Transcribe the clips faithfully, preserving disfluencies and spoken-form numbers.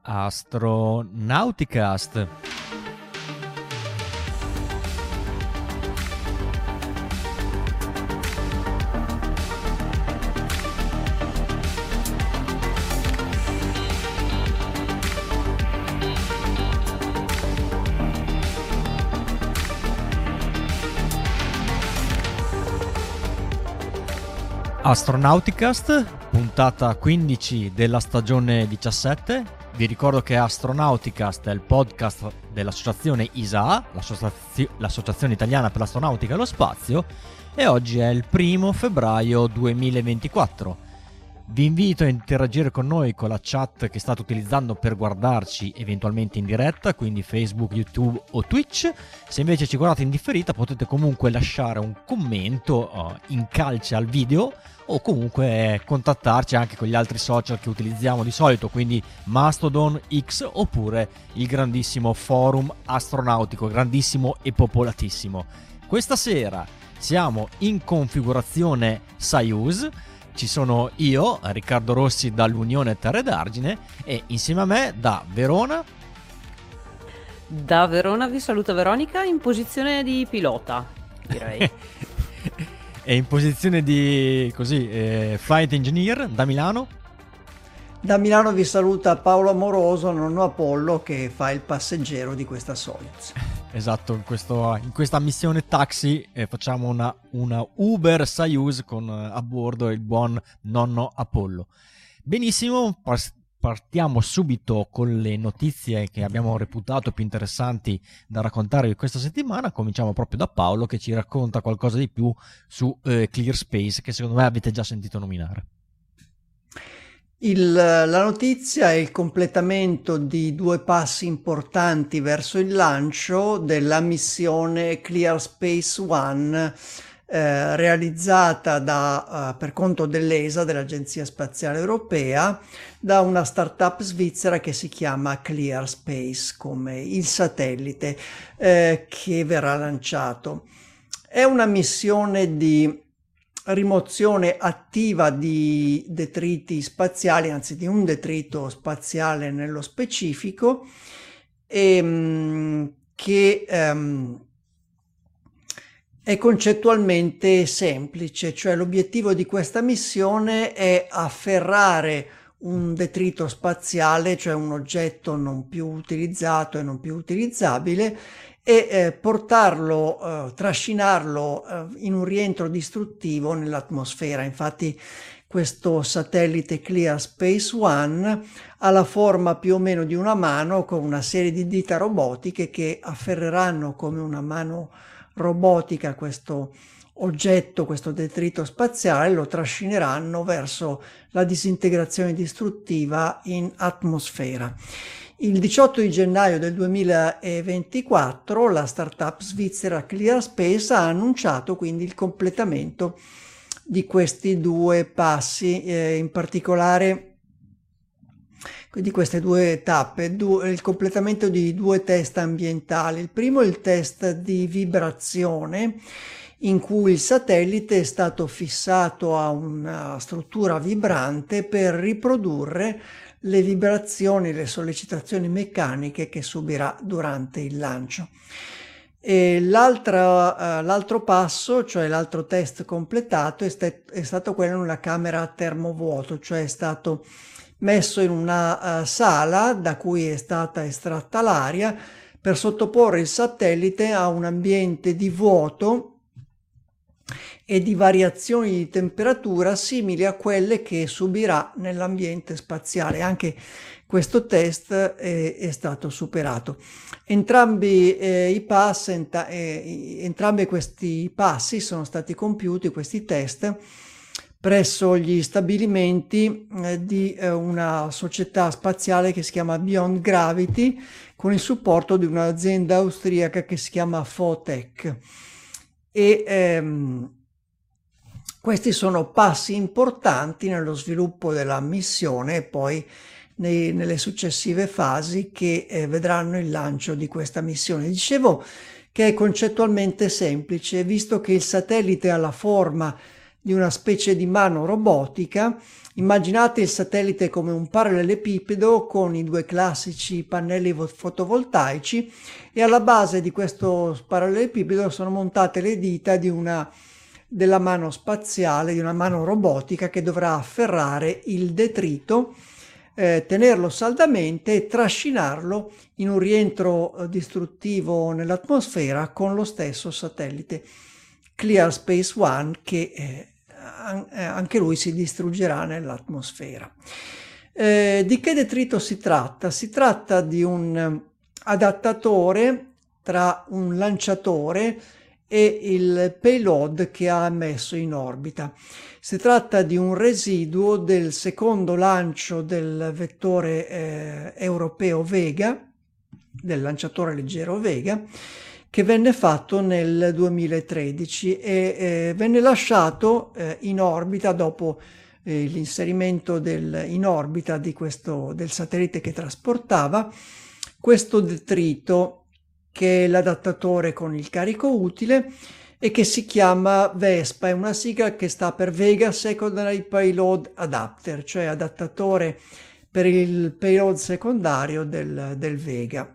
Astronauticast. Astronauticast, puntata quindici della stagione diciassette. Vi ricordo che Astronauticast è il podcast dell'associazione I S A, l'associazio- l'associazione italiana per l'astronautica e lo spazio, e oggi è il primo febbraio duemilaventiquattro. Vi invito a interagire con noi con la chat che state utilizzando per guardarci eventualmente in diretta, quindi Facebook, YouTube o Twitch. Se invece ci guardate in differita potete comunque lasciare un commento uh, in calce al video, o comunque eh, contattarci anche con gli altri social che utilizziamo di solito, quindi Mastodon, X oppure il grandissimo forum astronautico, grandissimo e popolatissimo. Questa sera siamo in configurazione Soyuz. Ci sono io, Riccardo Rossi dall'Unione Terre d'Argine, e insieme a me da Verona. Da Verona vi saluta Veronica in posizione di pilota, direi. E in posizione di così eh, flight engineer da Milano. Da Milano vi saluta Paolo Amoroso, nonno Apollo, che fa il passeggero di questa Soyuz. Esatto, in, questo, in questa missione taxi eh, facciamo una, una Uber Soyuz con eh, a bordo il buon nonno Apollo. Benissimo, pas- partiamo subito con le notizie che abbiamo reputato più interessanti da raccontarvi questa settimana. Cominciamo proprio da Paolo, che ci racconta qualcosa di più su eh, ClearSpace, che secondo me avete già sentito nominare. Il, la notizia è il completamento di due passi importanti verso il lancio della missione ClearSpace One, eh, realizzata da, uh, per conto dell'E S A, dell'Agenzia Spaziale Europea, da una startup svizzera che si chiama ClearSpace, come il satellite eh, che verrà lanciato. È una missione di rimozione attiva di detriti spaziali, anzi di un detrito spaziale nello specifico, e, che um, è concettualmente semplice, cioè l'obiettivo di questa missione è afferrare un detrito spaziale, cioè un oggetto non più utilizzato e non più utilizzabile, e eh, portarlo, eh, trascinarlo eh, in un rientro distruttivo nell'atmosfera. Infatti questo satellite ClearSpace One ha la forma più o meno di una mano, con una serie di dita robotiche che afferreranno come una mano robotica questo oggetto, questo detrito spaziale, lo trascineranno verso la disintegrazione distruttiva in atmosfera. Il diciotto di gennaio del duemilaventiquattro la startup svizzera ClearSpace ha annunciato quindi il completamento di questi due passi, eh, in particolare di queste due tappe, du- il completamento di due test ambientali. Il primo è il test di vibrazione, in cui il satellite è stato fissato a una struttura vibrante per riprodurre le vibrazioni, le sollecitazioni meccaniche che subirà durante il lancio. E l'altro, uh, l'altro passo, cioè l'altro test completato, è, st- è stato quello nella camera a termovuoto, cioè è stato messo in una uh, sala da cui è stata estratta l'aria per sottoporre il satellite a un ambiente di vuoto e di variazioni di temperatura simili a quelle che subirà nell'ambiente spaziale. Anche questo test è, è stato superato. Entrambi eh, i passi, enta, eh, entrambi questi passi sono stati compiuti, questi test, presso gli stabilimenti eh, di eh, una società spaziale che si chiama Beyond Gravity, con il supporto di un'azienda austriaca che si chiama Fotec. E ehm, questi sono passi importanti nello sviluppo della missione e poi nei, nelle successive fasi che eh, vedranno il lancio di questa missione. Dicevo che è concettualmente semplice, visto che il satellite ha la forma di una specie di mano robotica. Immaginate il satellite come un parallelepipedo con i due classici pannelli fotovoltaici e alla base di questo parallelepipedo sono montate le dita di una, della mano spaziale, di una mano robotica che dovrà afferrare il detrito, eh, tenerlo saldamente e trascinarlo in un rientro eh, distruttivo nell'atmosfera con lo stesso satellite Clear Space One che eh, anche lui si distruggerà nell'atmosfera. Eh, di che detrito si tratta? Si tratta di un adattatore tra un lanciatore e il payload che ha messo in orbita. Si tratta di un residuo del secondo lancio del vettore eh, europeo Vega, del lanciatore leggero Vega, che venne fatto nel duemilatredici e eh, venne lasciato eh, in orbita dopo eh, l'inserimento del, in orbita di questo, del satellite che trasportava questo detrito, che è l'adattatore con il carico utile e che si chiama VESPA, è una sigla che sta per Vega Secondary Payload Adapter, cioè adattatore per il payload secondario del, del Vega.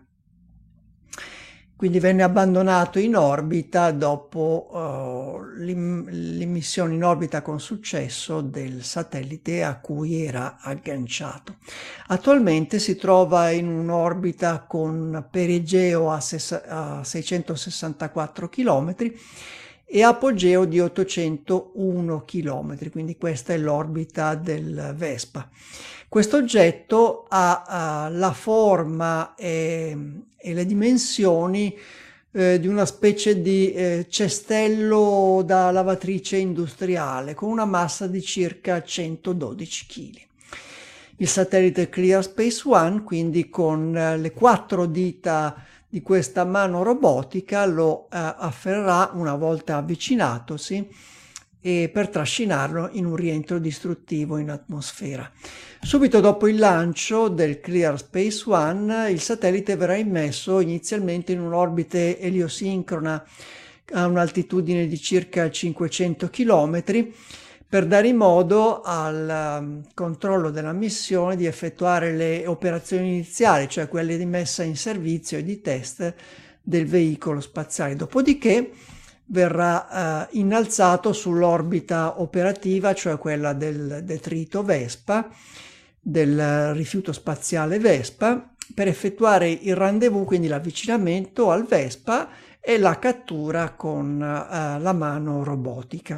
Quindi venne abbandonato in orbita dopo uh, l'im- l'immissione in orbita con successo del satellite a cui era agganciato. Attualmente si trova in un'orbita con perigeo a, ses- a seicentosessantaquattro chilometri e apogeo di ottocentouno chilometri, quindi questa è l'orbita del Vespa. Questo oggetto ha uh, la forma e, e le dimensioni eh, di una specie di eh, cestello da lavatrice industriale con una massa di circa centododici chili. Il satellite Clear Space One, quindi con eh, le quattro dita di questa mano robotica, lo eh, afferrerà una volta avvicinatosi e per trascinarlo in un rientro distruttivo in atmosfera. Subito dopo il lancio del Clear Space One, il satellite verrà immesso inizialmente in un'orbita eliosincrona a un'altitudine di circa cinquecento chilometri per dare modo al um, controllo della missione di effettuare le operazioni iniziali, cioè quelle di messa in servizio e di test del veicolo spaziale. Dopodiché verrà eh, innalzato sull'orbita operativa, cioè quella del detrito Vespa, del rifiuto spaziale Vespa, per effettuare il rendezvous, quindi l'avvicinamento al Vespa e la cattura con eh, la mano robotica.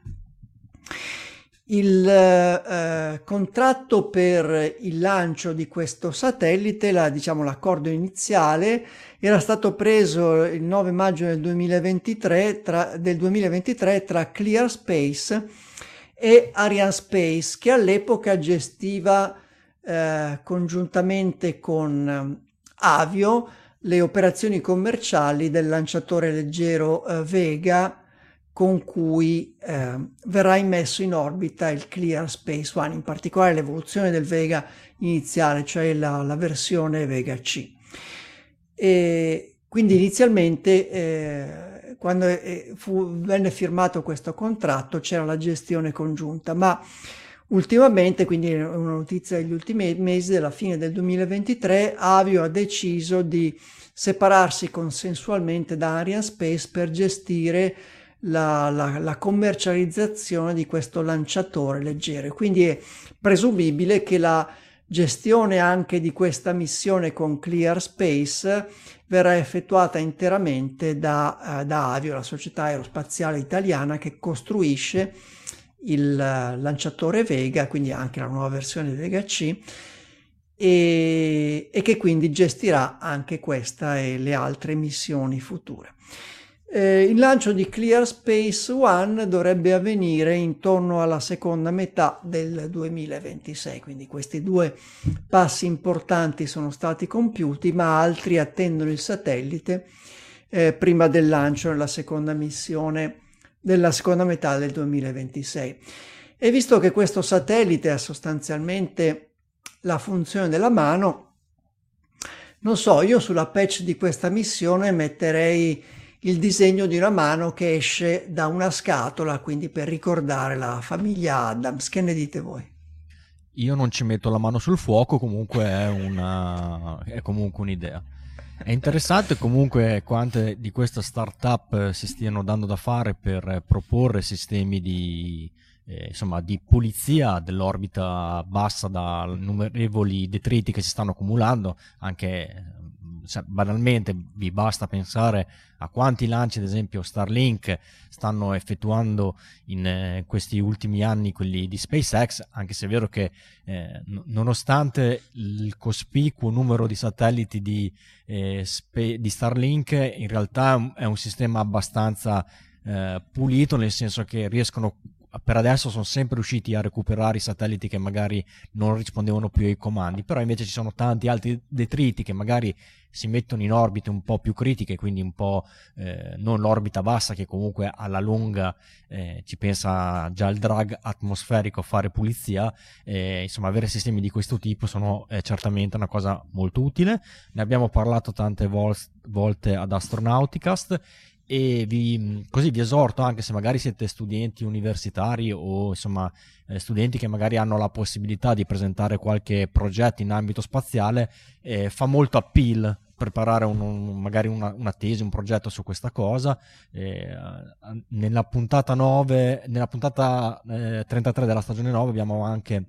Il eh, contratto per il lancio di questo satellite, la, diciamo, l'accordo iniziale, era stato preso il nove maggio del duemilaventitré tra, del duemilaventitré tra Clear Space e Arianespace, che all'epoca gestiva eh, congiuntamente con Avio le operazioni commerciali del lanciatore leggero eh, Vega, con cui eh, verrà immesso in orbita il Clear Space One, in particolare l'evoluzione del Vega iniziale, cioè la, la versione Vega C. E quindi inizialmente eh, quando eh, fu, venne firmato questo contratto c'era la gestione congiunta, ma ultimamente, quindi è una notizia degli ultimi mesi, della fine del duemilaventitré, Avio ha deciso di separarsi consensualmente da Arianespace per gestire La, la, la commercializzazione di questo lanciatore leggero. Quindi è presumibile che la gestione anche di questa missione con Clear Space verrà effettuata interamente da, uh, da Avio, la società aerospaziale italiana che costruisce il uh, lanciatore Vega, quindi anche la nuova versione Vega C, e, e che quindi gestirà anche questa e le altre missioni future. Eh, il lancio di Clear Space One dovrebbe avvenire intorno alla seconda metà del duemilaventisei, quindi questi due passi importanti sono stati compiuti, ma altri attendono il satellite eh, prima del lancio nella seconda missione della seconda metà del duemilaventisei. E visto che questo satellite ha sostanzialmente la funzione della mano, non so, io sulla patch di questa missione metterei il disegno di una mano che esce da una scatola, quindi per ricordare la famiglia Addams. Che ne dite voi? Io non ci metto la mano sul fuoco, comunque è, una, è comunque un'idea. È interessante comunque quante di queste startup si stiano dando da fare per proporre sistemi di, eh, insomma, di pulizia dell'orbita bassa da innumerevoli detriti che si stanno accumulando. Anche banalmente vi basta pensare a quanti lanci ad esempio Starlink stanno effettuando in eh, questi ultimi anni, quelli di SpaceX, anche se è vero che eh, n- nonostante il cospicuo numero di satelliti di, eh, spe- di Starlink, in realtà è un sistema abbastanza eh, pulito, nel senso che riescono, per adesso sono sempre riusciti a recuperare i satelliti che magari non rispondevano più ai comandi, però invece ci sono tanti altri detriti che magari si mettono in orbite un po' più critiche, quindi un po' eh, non l'orbita bassa, che comunque alla lunga eh, ci pensa già il drag atmosferico a fare pulizia. Eh, insomma, avere sistemi di questo tipo sono eh, certamente una cosa molto utile. Ne abbiamo parlato tante vol- volte ad Astronauticast, e vi, così vi esorto, anche se magari siete studenti universitari o insomma eh, studenti che magari hanno la possibilità di presentare qualche progetto in ambito spaziale, eh, fa molto appeal preparare un, un, magari una, una tesi, un progetto su questa cosa. Eh, nella puntata nove, nella puntata eh, trentatré della stagione nove abbiamo anche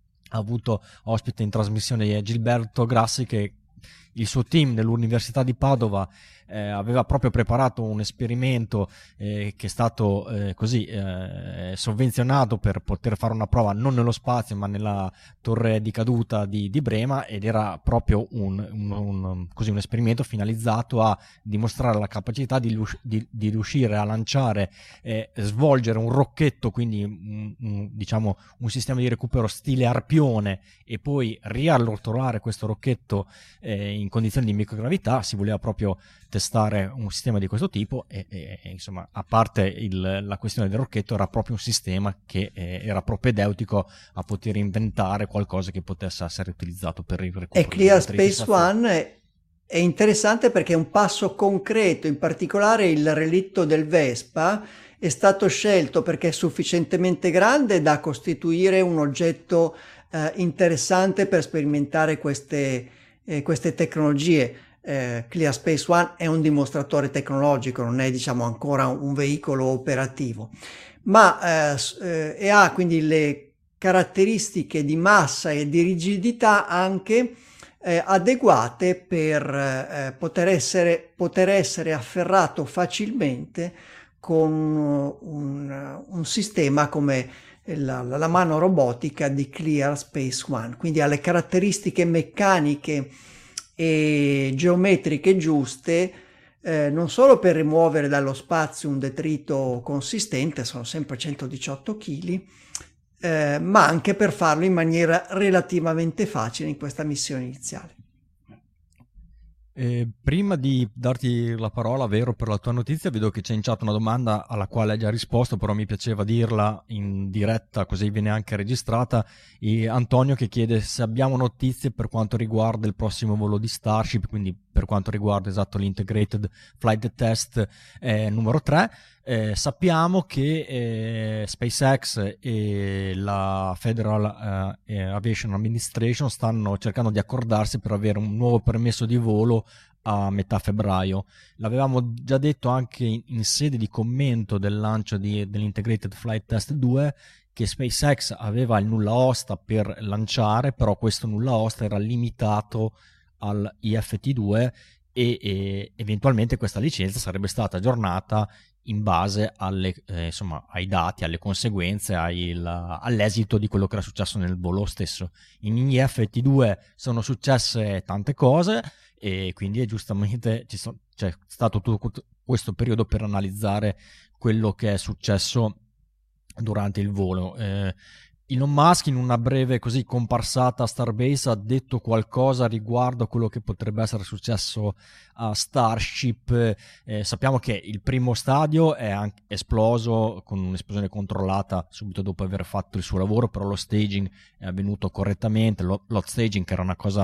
avuto ospite in trasmissione Gilberto Grassi, che il suo team dell'Università di Padova eh, aveva proprio preparato un esperimento eh, che è stato eh, così eh, sovvenzionato per poter fare una prova non nello spazio ma nella torre di caduta di, di Brema, ed era proprio un, un, un, così, un esperimento finalizzato a dimostrare la capacità di, di, di riuscire a lanciare e eh, svolgere un rocchetto, quindi un, un, diciamo un sistema di recupero stile Arpione, e poi riallortolare questo rocchetto eh, in condizioni di microgravità. Si voleva proprio testare un sistema di questo tipo e, e, e insomma, a parte il, la questione del rocchetto, era proprio un sistema che eh, era propedeutico a poter inventare qualcosa che potesse essere utilizzato per il recupero. E Clear Space One è, è interessante perché è un passo concreto, in particolare il relitto del Vespa è stato scelto perché è sufficientemente grande da costituire un oggetto eh, interessante per sperimentare queste, eh, queste tecnologie. Eh, Clear Space One è un dimostratore tecnologico, non è diciamo ancora un veicolo operativo, ma eh, e ha quindi le caratteristiche di massa e di rigidità anche eh, adeguate per eh, poter essere, poter essere afferrato facilmente con un, un sistema come la, la mano robotica di Clear Space One. Quindi ha le caratteristiche meccaniche e geometriche giuste, eh, non solo per rimuovere dallo spazio un detrito consistente, sono sempre centodiciotto chili, eh, ma anche per farlo in maniera relativamente facile in questa missione iniziale. Eh, prima di darti la parola, Vero, per la tua notizia, vedo che c'è in chat una domanda alla quale hai già risposto, però mi piaceva dirla in diretta così viene anche registrata. E Antonio che chiede se abbiamo notizie per quanto riguarda il prossimo volo di Starship, quindi per quanto riguarda esatto l'Integrated Flight Test eh, numero tre. Eh, sappiamo che eh, SpaceX e la Federal eh, Aviation Administration stanno cercando di accordarsi per avere un nuovo permesso di volo a metà febbraio. L'avevamo già detto anche in, in sede di commento del lancio di, dell'Integrated Flight Test due, che SpaceX aveva il nulla osta per lanciare, però questo nulla osta era limitato al I F T due e, e eventualmente questa licenza sarebbe stata aggiornata in base alle, eh, insomma, ai dati, alle conseguenze, ai, la, all'esito di quello che era successo nel volo stesso. In I F T due sono successe tante cose e quindi è giustamente ci so, c'è stato tutto questo periodo per analizzare quello che è successo durante il volo. Eh, Elon Musk in una breve così comparsata a Starbase ha detto qualcosa riguardo a quello che potrebbe essere successo a Starship. Eh, sappiamo che il primo stadio è anche esploso con un'esplosione controllata subito dopo aver fatto il suo lavoro, però lo staging è avvenuto correttamente, lo, lo staging che era una cosa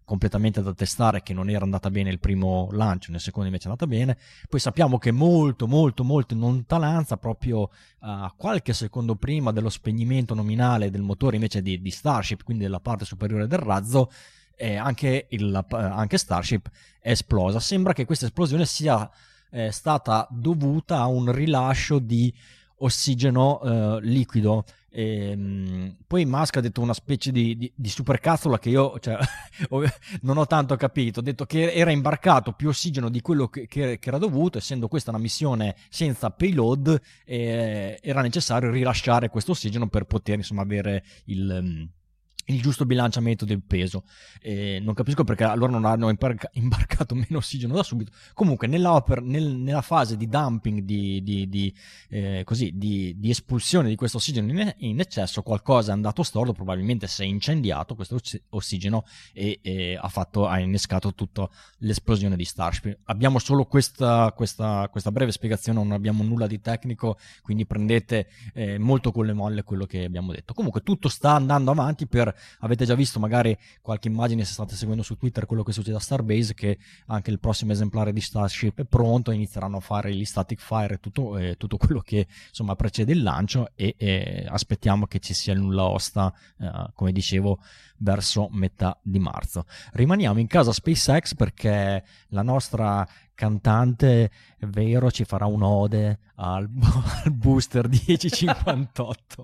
completamente da testare, che non era andata bene il primo lancio, nel secondo invece è andata bene. Poi sappiamo che molto molto molto in lontananza, proprio a qualche secondo prima dello spegnimento nominale del motore invece di, di Starship, quindi della parte superiore del razzo, eh, anche, il, anche Starship è esplosa. Sembra che questa esplosione sia eh, stata dovuta a un rilascio di ossigeno eh, liquido. E, mh, poi Musk ha detto una specie di, di, di supercazzola che io, cioè, non ho tanto capito. Ha detto che era imbarcato più ossigeno di quello che, che, che era dovuto, essendo questa una missione senza payload, eh, era necessario rilasciare questo ossigeno per poter insomma avere il... Mh, il giusto bilanciamento del peso. Eh, non capisco perché allora non hanno imbarca- imbarcato meno ossigeno da subito. Comunque nella, per, nel, nella fase di dumping, di, di, di, eh, così, di, di espulsione di questo ossigeno in, in eccesso, qualcosa è andato storto, probabilmente si è incendiato questo ossigeno e, e ha, fatto, ha innescato tutta l'esplosione di Starship. Abbiamo solo questa, questa, questa breve spiegazione, non abbiamo nulla di tecnico, quindi prendete eh, molto con le molle quello che abbiamo detto. Comunque tutto sta andando avanti. Per Avete già visto magari qualche immagine, se state seguendo su Twitter, quello che succede a Starbase, che anche il prossimo esemplare di Starship è pronto, inizieranno a fare gli static fire e tutto, eh, tutto quello che insomma precede il lancio, e eh, aspettiamo che ci sia il nulla osta, eh, come dicevo, verso metà di marzo. Rimaniamo in casa SpaceX perché la nostra cantante, è vero, ci farà un'ode al, al booster dieci cinquantotto.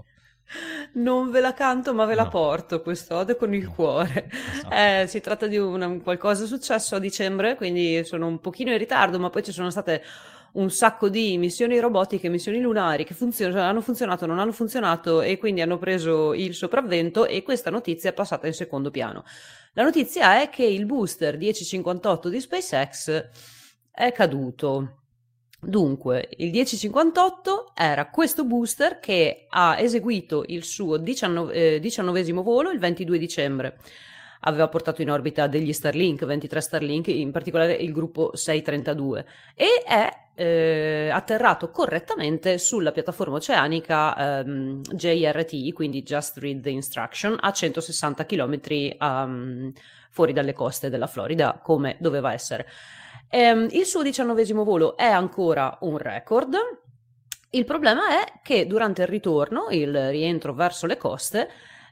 Non ve la canto, ma ve la No. porto quest'ode con il No. cuore. Esatto. Eh, si tratta di una, qualcosa successo a dicembre, quindi sono un pochino in ritardo, ma poi ci sono state un sacco di missioni robotiche, missioni lunari che funzionano, hanno funzionato, non hanno funzionato, e quindi hanno preso il sopravvento, e questa notizia è passata in secondo piano. La notizia è che il booster dieci cinquantotto di SpaceX è caduto. Dunque, il dieci cinquantotto era questo booster che ha eseguito il suo diciannove, eh, diciannovesimo volo il ventidue dicembre. Aveva portato in orbita degli Starlink, ventitré Starlink, in particolare il gruppo seicentotrentadue, e è eh, atterrato correttamente sulla piattaforma oceanica ehm, J R T, quindi Just Read the Instruction, a centosessanta chilometri um, fuori dalle coste della Florida, come doveva essere. Um, il suo diciannovesimo volo è ancora un record. Il problema è che durante il ritorno, il rientro verso le coste,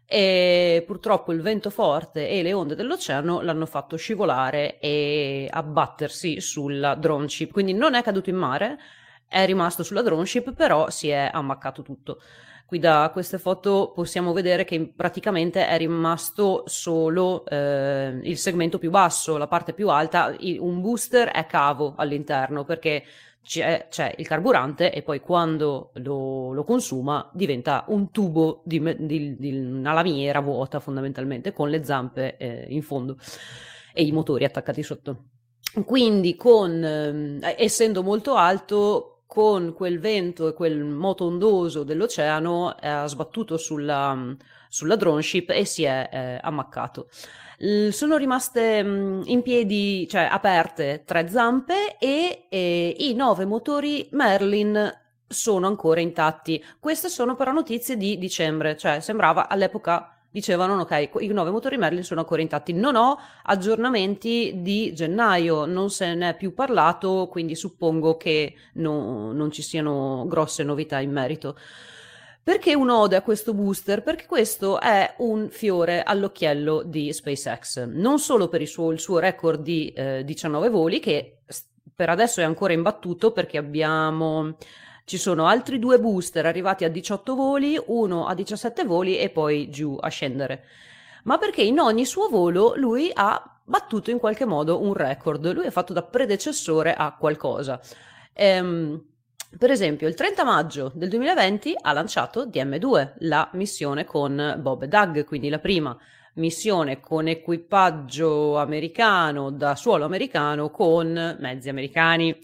e purtroppo il vento forte e le onde dell'oceano l'hanno fatto scivolare e abbattersi sulla drone ship. Quindi non è caduto in mare, è rimasto sulla drone ship, però si è ammaccato tutto. Qui da queste foto possiamo vedere che praticamente è rimasto solo eh, il segmento più basso, la parte più alta. Un booster è cavo all'interno perché c'è, c'è il carburante, e poi quando lo, lo consuma diventa un tubo di, di, di una lamiera vuota, fondamentalmente, con le zampe eh, in fondo e i motori attaccati sotto. Quindi con eh, essendo molto alto, con quel vento e quel moto ondoso dell'oceano, ha sbattuto sulla, sulla drone ship e si è eh, ammaccato. L- sono rimaste mh, in piedi, cioè aperte, tre zampe, e, e i nove motori Merlin sono ancora intatti. Queste sono però notizie di dicembre, cioè sembrava all'epoca... Dicevano, ok, i nove motori Merlin sono ancora intatti. Non ho aggiornamenti di gennaio, non se ne è più parlato, quindi suppongo che no, non ci siano grosse novità in merito. Perché un'ode a questo booster? Perché questo è un fiore all'occhiello di SpaceX, non solo per il suo, il suo record di eh, diciannove voli, che per adesso è ancora imbattuto, perché abbiamo... Ci sono altri due booster arrivati a diciotto voli, uno a diciassette voli e poi giù a scendere. Ma perché in ogni suo volo lui ha battuto in qualche modo un record. Lui è fatto da predecessore a qualcosa. Ehm, per esempio, il trenta maggio del duemilaventi ha lanciato D M due, la missione con Bob e Doug, quindi la prima missione con equipaggio americano, da suolo americano, con mezzi americani.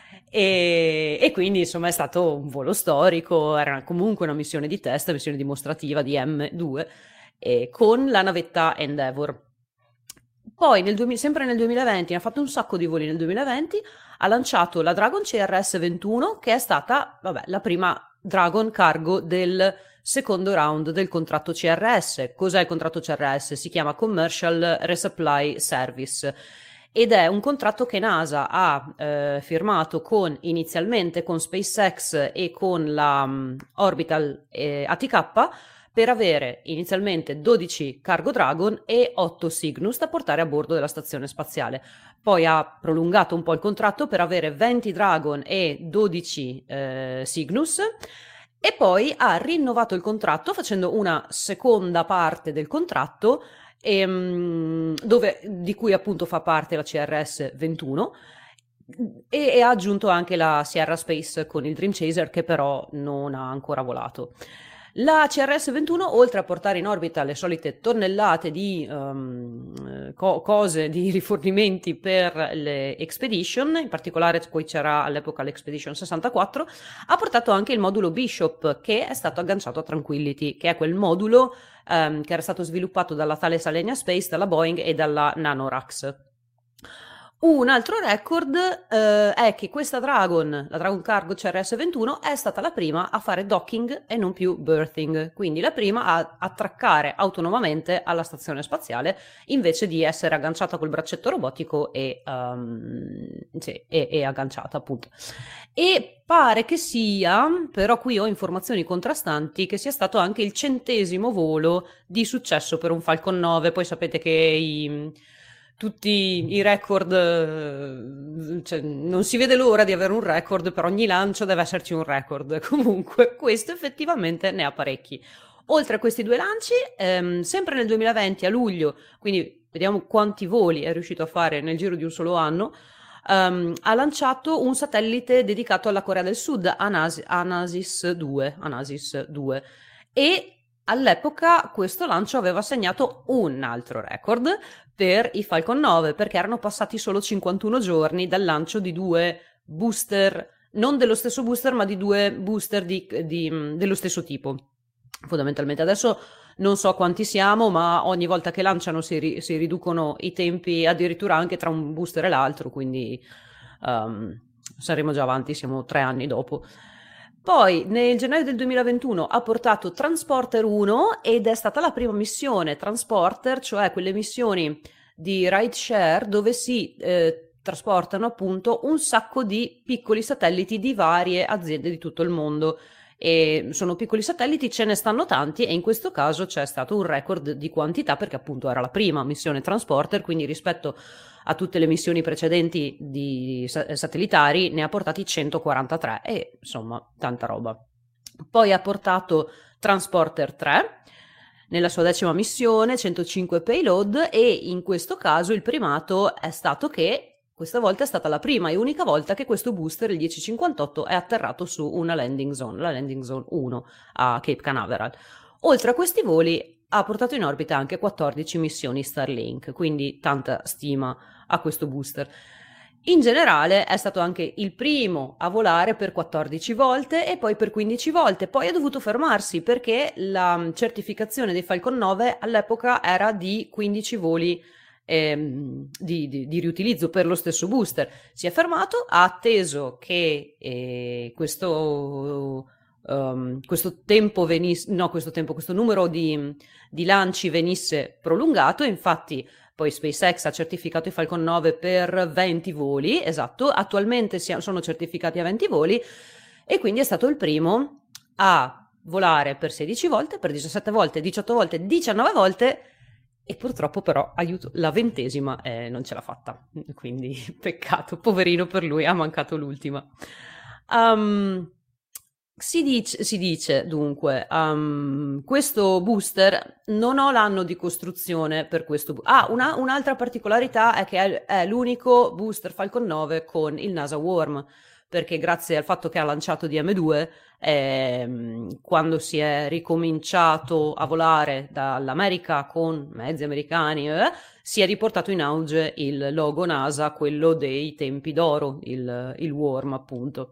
E, e quindi insomma è stato un volo storico, era comunque una missione di test, missione dimostrativa di M due, e con la navetta Endeavour. Poi nel duemila, sempre nel duemilaventi, ha fatto un sacco di voli nel duemilaventi, ha lanciato la Dragon C R S ventuno, che è stata vabbè, la prima Dragon cargo del secondo round del contratto C R S. Cos'è il contratto C R S? Si chiama Commercial Resupply Service ed è un contratto che NASA ha eh, firmato con inizialmente con SpaceX e con la um, Orbital eh, A T K per avere inizialmente dodici Cargo Dragon e otto Cygnus da portare a bordo della stazione spaziale. Poi ha prolungato un po' il contratto per avere venti Dragon e dodici eh, Cygnus e poi ha rinnovato il contratto facendo una seconda parte del contratto ehm, dove, di cui appunto fa parte la C R S ventuno e, e ha aggiunto anche la Sierra Space con il Dream Chaser che però non ha ancora volato. La C R S ventuno, oltre a portare in orbita le solite tonnellate di um, co- cose, di rifornimenti per le Expedition, in particolare poi c'era all'epoca l'Expedition sessantaquattro, ha portato anche il modulo Bishop che è stato agganciato a Tranquility, che è quel modulo um, che era stato sviluppato dalla Thales Alenia Space, dalla Boeing e dalla Nanorax. Un altro record eh, è che questa Dragon, la Dragon Cargo C R S ventuno, è stata la prima a fare docking e non più berthing, quindi la prima a attraccare autonomamente alla stazione spaziale invece di essere agganciata col braccetto robotico e, um, sì, e, e agganciata appunto. E pare che sia, però qui ho informazioni contrastanti, che sia stato anche il centesimo volo di successo per un Falcon nove, poi sapete che i... tutti i record, cioè, non si vede l'ora di avere un record, per ogni lancio deve esserci un record. Comunque questo effettivamente ne ha parecchi. Oltre a questi due lanci, ehm, sempre nel duemilaventi a luglio, quindi vediamo quanti voli è riuscito a fare nel giro di un solo anno, ehm, ha lanciato un satellite dedicato alla Corea del Sud, Anas- Anasis due, Anasis due, e all'epoca questo lancio aveva segnato un altro record per i Falcon nove, perché erano passati solo cinquantuno giorni dal lancio di due booster, non dello stesso booster, ma di due booster di, di, dello stesso tipo. Fondamentalmente adesso non so quanti siamo, ma ogni volta che lanciano si, ri, si riducono i tempi addirittura anche tra un booster e l'altro, quindi um, saremo già avanti, siamo tre anni dopo. Poi nel gennaio del duemilaventuno ha portato Transporter uno ed è stata la prima missione Transporter, cioè quelle missioni di rideshare dove si eh, trasportano appunto un sacco di piccoli satelliti di varie aziende di tutto il mondo. E sono piccoli satelliti, ce ne stanno tanti e in questo caso c'è stato un record di quantità perché appunto era la prima missione Transporter, quindi rispetto a tutte le missioni precedenti di satellitari ne ha portati centoquarantatré e insomma tanta roba. Poi ha portato Transporter tre nella sua decima missione, centocinque payload, e in questo caso il primato è stato che questa volta è stata la prima e unica volta che questo booster, il dieci cinquantotto, è atterrato su una landing zone, la landing zone uno a Cape Canaveral. Oltre a questi voli ha portato in orbita anche quattordici missioni Starlink, quindi tanta stima a questo booster. In generale è stato anche il primo a volare per quattordici volte e poi per quindici volte, poi ha dovuto fermarsi perché la certificazione dei Falcon nove all'epoca era di quindici voli ehm, di, di, di riutilizzo per lo stesso booster. Si è fermato, ha atteso che eh, questo... Um, questo tempo venisse, no, questo tempo, questo numero di, di lanci venisse prolungato, infatti poi SpaceX ha certificato i Falcon nove per venti voli, esatto, attualmente si, sono certificati a venti voli e quindi è stato il primo a volare per sedici volte, per diciassette volte, diciotto volte, diciannove volte e purtroppo però, aiuto, la ventesima eh, non ce l'ha fatta, quindi peccato, poverino per lui, ha mancato l'ultima. Um, Si dice, si dice dunque, um, questo booster non ho l'anno di costruzione per questo booster. Ah, una, un'altra particolarità è che è, è l'unico booster Falcon nove con il NASA Worm, perché grazie al fatto che ha lanciato D M due, eh, quando si è ricominciato a volare dall'America con mezzi americani, eh, si è riportato in auge il logo NASA, quello dei tempi d'oro, il, il Worm appunto.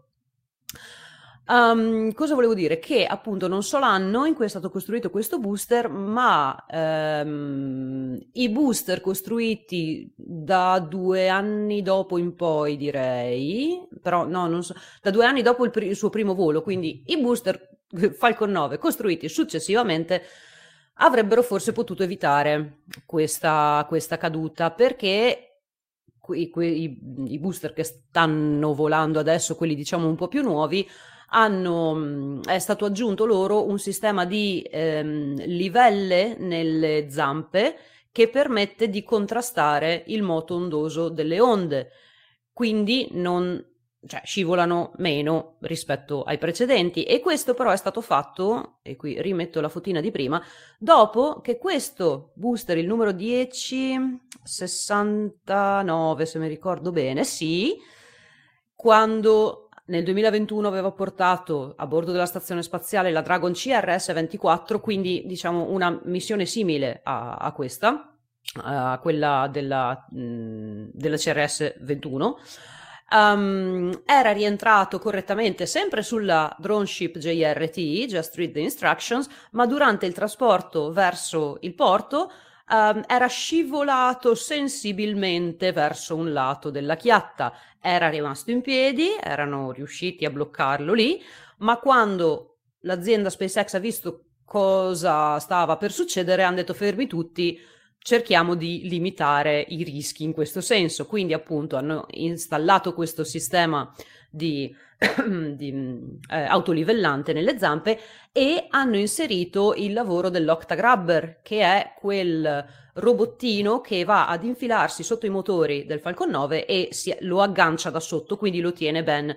Um, cosa volevo dire? Che appunto non so l'anno in cui è stato costruito questo booster, ma um, i booster costruiti da due anni dopo in poi, direi, però no, non so, da due anni dopo il, pr- il suo primo volo, quindi i booster Falcon nove costruiti successivamente avrebbero forse potuto evitare questa, questa caduta, perché i, i, i booster che stanno volando adesso, quelli diciamo un po' più nuovi, hanno, è stato aggiunto loro un sistema di ehm, livelle nelle zampe che permette di contrastare il moto ondoso delle onde, quindi non, cioè, scivolano meno rispetto ai precedenti. E questo però è stato fatto, e qui rimetto la fotina di prima, dopo che questo booster, il numero dieci sessantanove se mi ricordo bene, sì, quando nel duemilaventuno aveva portato a bordo della stazione spaziale la Dragon C R S ventiquattro, quindi diciamo una missione simile a, a questa, a quella della, mh, della C R S ventuno, um, era rientrato correttamente sempre sulla drone ship J R T, Just Read the Instructions, ma durante il trasporto verso il porto Um, era scivolato sensibilmente verso un lato della chiatta, era rimasto in piedi, erano riusciti a bloccarlo lì, ma quando l'azienda SpaceX ha visto cosa stava per succedere, hanno detto: fermi tutti, cerchiamo di limitare i rischi in questo senso. Quindi appunto hanno installato questo sistema di, di eh, autolivellante nelle zampe e hanno inserito il lavoro dell'Octagrabber, che è quel robottino che va ad infilarsi sotto i motori del Falcon nove e si, lo aggancia da sotto, quindi lo tiene ben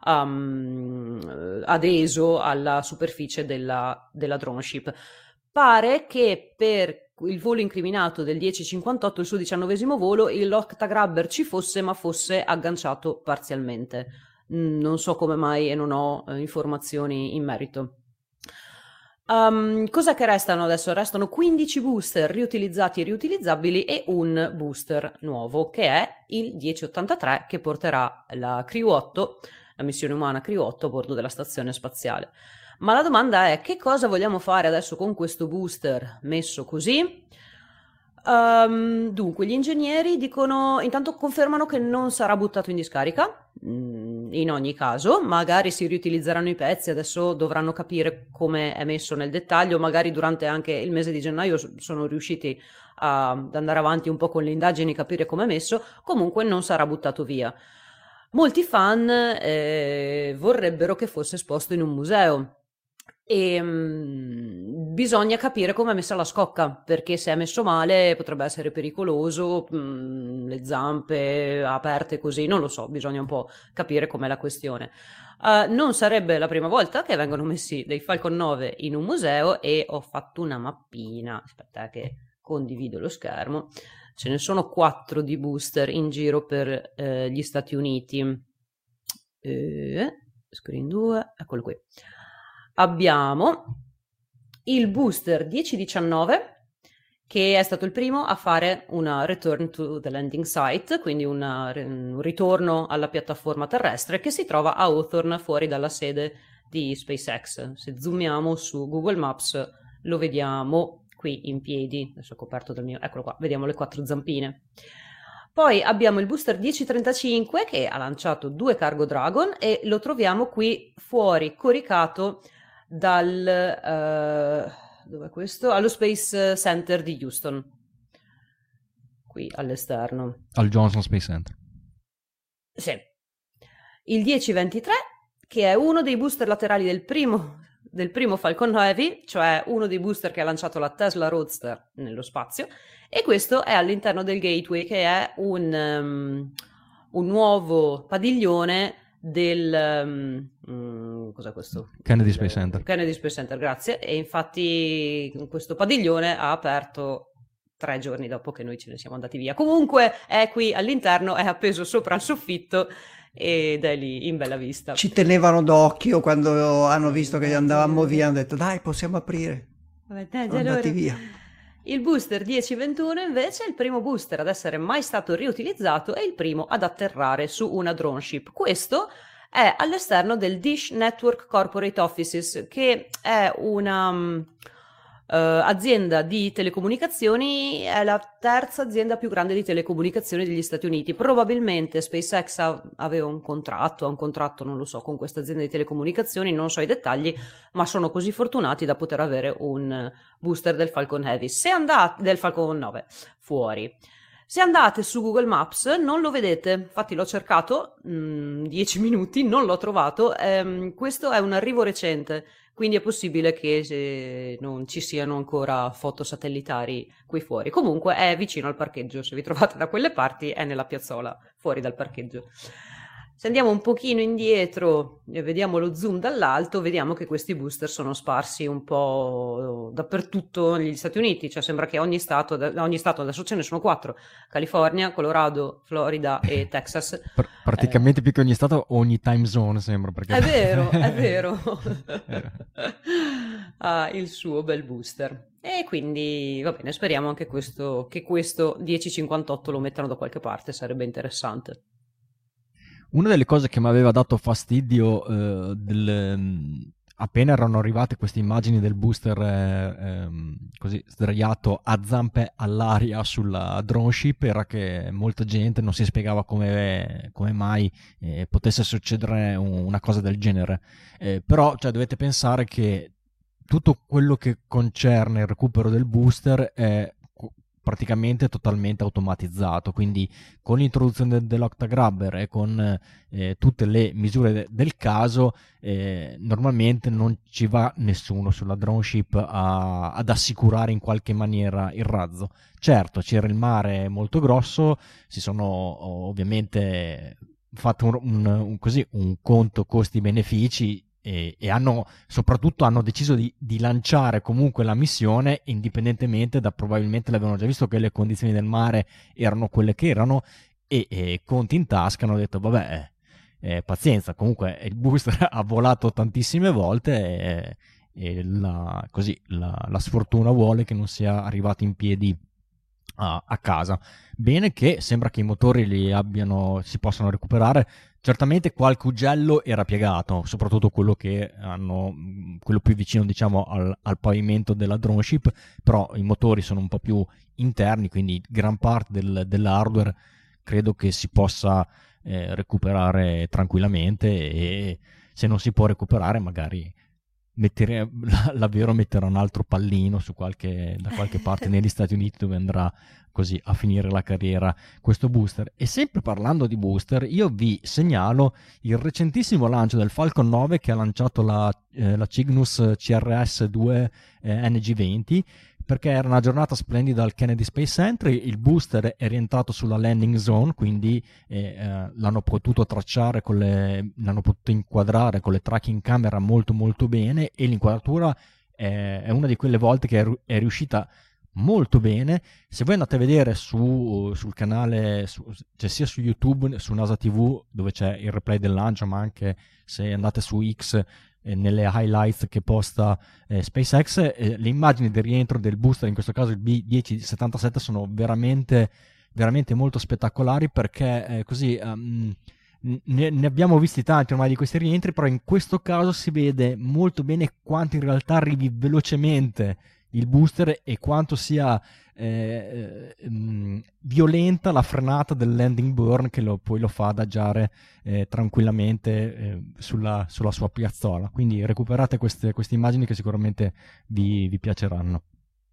um, adeso alla superficie della, della drone ship. Pare che per il volo incriminato del dieci cinquantotto, il suo diciannovesimo volo, l'Octagrabber ci fosse, ma fosse agganciato parzialmente. Non so come mai e non ho eh, informazioni in merito. Um, cosa che restano adesso? Restano quindici booster riutilizzati e riutilizzabili e un booster nuovo, che è il dieci ottantatré, che porterà la Crew otto, la missione umana Crew otto, a bordo della stazione spaziale. Ma la domanda è: che cosa vogliamo fare adesso con questo booster messo così? Um, dunque, gli ingegneri dicono, intanto confermano che non sarà buttato in discarica, in ogni caso, magari si riutilizzeranno i pezzi, adesso dovranno capire come è messo nel dettaglio, magari durante anche il mese di gennaio sono riusciti a, ad andare avanti un po' con le indagini, capire come è messo, comunque non sarà buttato via. Molti fan eh, vorrebbero che fosse esposto in un museo. E mh, bisogna capire come è messa la scocca, perché se è messo male potrebbe essere pericoloso, mh, le zampe aperte così, non lo so, bisogna un po' capire com'è la questione. Uh, non sarebbe la prima volta che vengono messi dei Falcon nove in un museo, e ho fatto una mappina, aspetta che condivido lo schermo, ce ne sono quattro di booster in giro per eh, gli Stati Uniti. Eh, screen due, eccolo qui. Abbiamo il booster dieci diciannove, che è stato il primo a fare una return to the landing site, quindi una, un ritorno alla piattaforma terrestre, che si trova a Hawthorne, fuori dalla sede di SpaceX. Se zoomiamo su Google Maps lo vediamo qui in piedi, adesso è coperto dal mio, eccolo qua, vediamo le quattro zampine. Poi abbiamo il booster dieci trentacinque, che ha lanciato due Cargo Dragon, e lo troviamo qui fuori, coricato dal uh, dov'è questo? Allo Space Center di Houston, qui all'esterno, al Johnson Space Center. Sì. Il dieci ventitré, che è uno dei booster laterali del primo del primo Falcon Heavy, cioè uno dei booster che ha lanciato la Tesla Roadster nello spazio, e questo è all'interno del Gateway, che è un um, un nuovo padiglione del um, cos'è questo? Kennedy Space Center. Kennedy Space Center, grazie. E infatti questo padiglione ha aperto tre giorni dopo che noi ce ne siamo andati via. Comunque è qui all'interno, è appeso sopra il soffitto ed è lì in bella vista. Ci tenevano d'occhio quando hanno visto che andavamo via, hanno detto: dai, possiamo aprire. Vabbè, dai, Sono andati allora. via. Il booster dieci ventuno invece è il primo booster ad essere mai stato riutilizzato e il primo ad atterrare su una drone ship. Questo è all'esterno del Dish Network Corporate Offices, che è una, uh, azienda di telecomunicazioni, è la terza azienda più grande di telecomunicazioni degli Stati Uniti. Probabilmente SpaceX ha, aveva un contratto, ha un contratto, non lo so, con questa azienda di telecomunicazioni, non so i dettagli, ma sono così fortunati da poter avere un booster del Falcon Heavy. Se andate, del Falcon nove, fuori. Se andate su Google Maps non lo vedete, infatti l'ho cercato, dieci minuti, non l'ho trovato, ehm, questo è un arrivo recente, quindi è possibile che se non ci siano ancora foto satellitari qui fuori. Comunque è vicino al parcheggio, se vi trovate da quelle parti è nella piazzola, fuori dal parcheggio. Se andiamo un pochino indietro e vediamo lo zoom dall'alto, vediamo che questi booster sono sparsi un po' dappertutto negli Stati Uniti, cioè sembra che ogni stato, ogni stato adesso ce ne sono quattro, California, Colorado, Florida e Texas. Pr- praticamente eh, più che ogni stato, ogni time zone sembra. Perché... È vero, è vero. Ha il suo bel booster. E quindi va bene, speriamo anche questo, che questo dieci cinquantotto lo mettano da qualche parte, sarebbe interessante. Una delle cose che mi aveva dato fastidio eh, del, mh, appena erano arrivate queste immagini del booster eh, ehm, così sdraiato a zampe all'aria sulla drone ship era che molta gente non si spiegava come, come mai eh, potesse succedere un, una cosa del genere. Eh, però cioè, dovete pensare che tutto quello che concerne il recupero del booster è praticamente totalmente automatizzato, quindi con l'introduzione de- dell'Octagrabber e con eh, tutte le misure de- del caso eh, normalmente non ci va nessuno sulla drone ship a- ad assicurare in qualche maniera il razzo. Certo, c'era il mare molto grosso, si sono ovviamente fatto un, un, un, così, un conto costi-benefici E, e hanno soprattutto hanno deciso di, di lanciare comunque la missione indipendentemente da, probabilmente l'avevano già visto che le condizioni del mare erano quelle che erano e, e conti in tasca hanno detto vabbè eh, pazienza, comunque il booster ha volato tantissime volte e, e la, così la, la sfortuna vuole che non sia arrivato in piedi a, a casa. Bene che sembra che i motori li abbiano, si possano recuperare. Certamente qualche ugello era piegato, soprattutto quello che hanno, quello più vicino diciamo al, al pavimento della drone ship, però i motori sono un po' più interni, quindi gran parte del, dell'hardware credo che si possa eh, recuperare tranquillamente e se non si può recuperare magari mettere, l'Avero metterà un altro pallino su qualche, da qualche parte negli Stati Uniti dove andrà così a finire la carriera questo booster. E sempre parlando di booster, io vi segnalo il recentissimo lancio del Falcon nove che ha lanciato la, eh, la Cygnus C R S due eh, N G venti, perché era una giornata splendida al Kennedy Space Center, il booster è rientrato sulla landing zone, quindi eh, eh, l'hanno potuto tracciare, con le, l'hanno potuto inquadrare con le tracking camera molto molto bene e l'inquadratura è, è una di quelle volte che è, è riuscita molto bene. Se voi andate a vedere su, sul canale, su, cioè sia su YouTube, su NASA T V dove c'è il replay del lancio, ma anche se andate su X eh, nelle highlights che posta eh, SpaceX, eh, le immagini del rientro del booster, in questo caso il B dieci settantasette, sono veramente veramente molto spettacolari perché eh, così um, ne, ne abbiamo visti tanti ormai di questi rientri, però in questo caso si vede molto bene quanto in realtà arrivi velocemente il booster e quanto sia eh, eh, violenta la frenata del landing burn che lo, poi lo fa adagiare eh, tranquillamente eh, sulla, sulla sua piazzola. Quindi recuperate queste, queste immagini che sicuramente vi, vi piaceranno.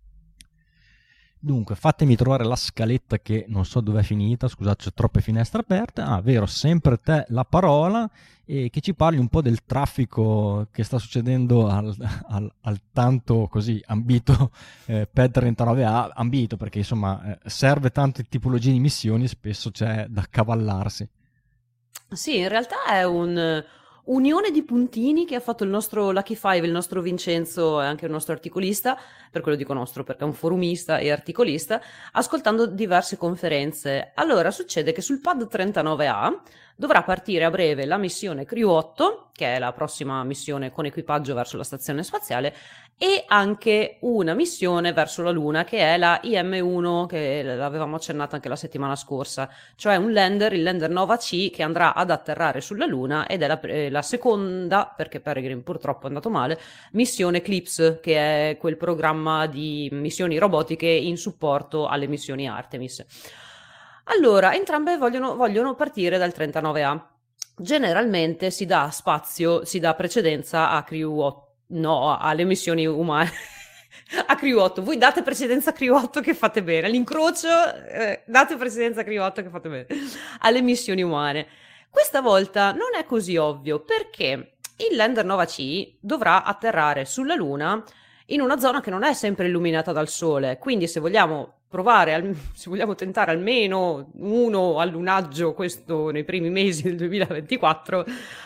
Dunque, fatemi trovare la scaletta che non so dove è finita, scusate, c'è troppe finestre aperte. Ah, vero, sempre te la parola e che ci parli un po' del traffico che sta succedendo al, al, al tanto così ambito eh, P E D trentanove A, ambito perché insomma eh, serve tante tipologie di missioni e spesso c'è da cavallarsi. Sì, in realtà è un unione di puntini che ha fatto il nostro Lucky Five, il nostro Vincenzo e anche il nostro articolista, per quello dico nostro perché è un forumista e articolista, ascoltando diverse conferenze. Allora succede che sul Pad trentanove A dovrà partire a breve la missione Crew otto, che è la prossima missione con equipaggio verso la stazione spaziale, e anche una missione verso la Luna, che è la I M uno, che l'avevamo accennata anche la settimana scorsa, cioè un lander, il lander Nova C, che andrà ad atterrare sulla Luna, ed è la, eh, la seconda, perché Peregrine purtroppo è andato male, missione Eclipse, che è quel programma di missioni robotiche in supporto alle missioni Artemis. Allora, entrambe vogliono, vogliono partire dal trentanove A. Generalmente si dà spazio, si dà precedenza a Crew otto, no, alle missioni umane. A Crew otto, voi date precedenza a Crew otto che fate bene, all'incrocio eh, date precedenza a Crew otto che fate bene, alle missioni umane. Questa volta non è così ovvio, perché il lander Nova C dovrà atterrare sulla Luna in una zona che non è sempre illuminata dal sole, quindi se vogliamo provare, al, se vogliamo tentare almeno uno allunaggio questo nei primi mesi del duemilaventiquattro,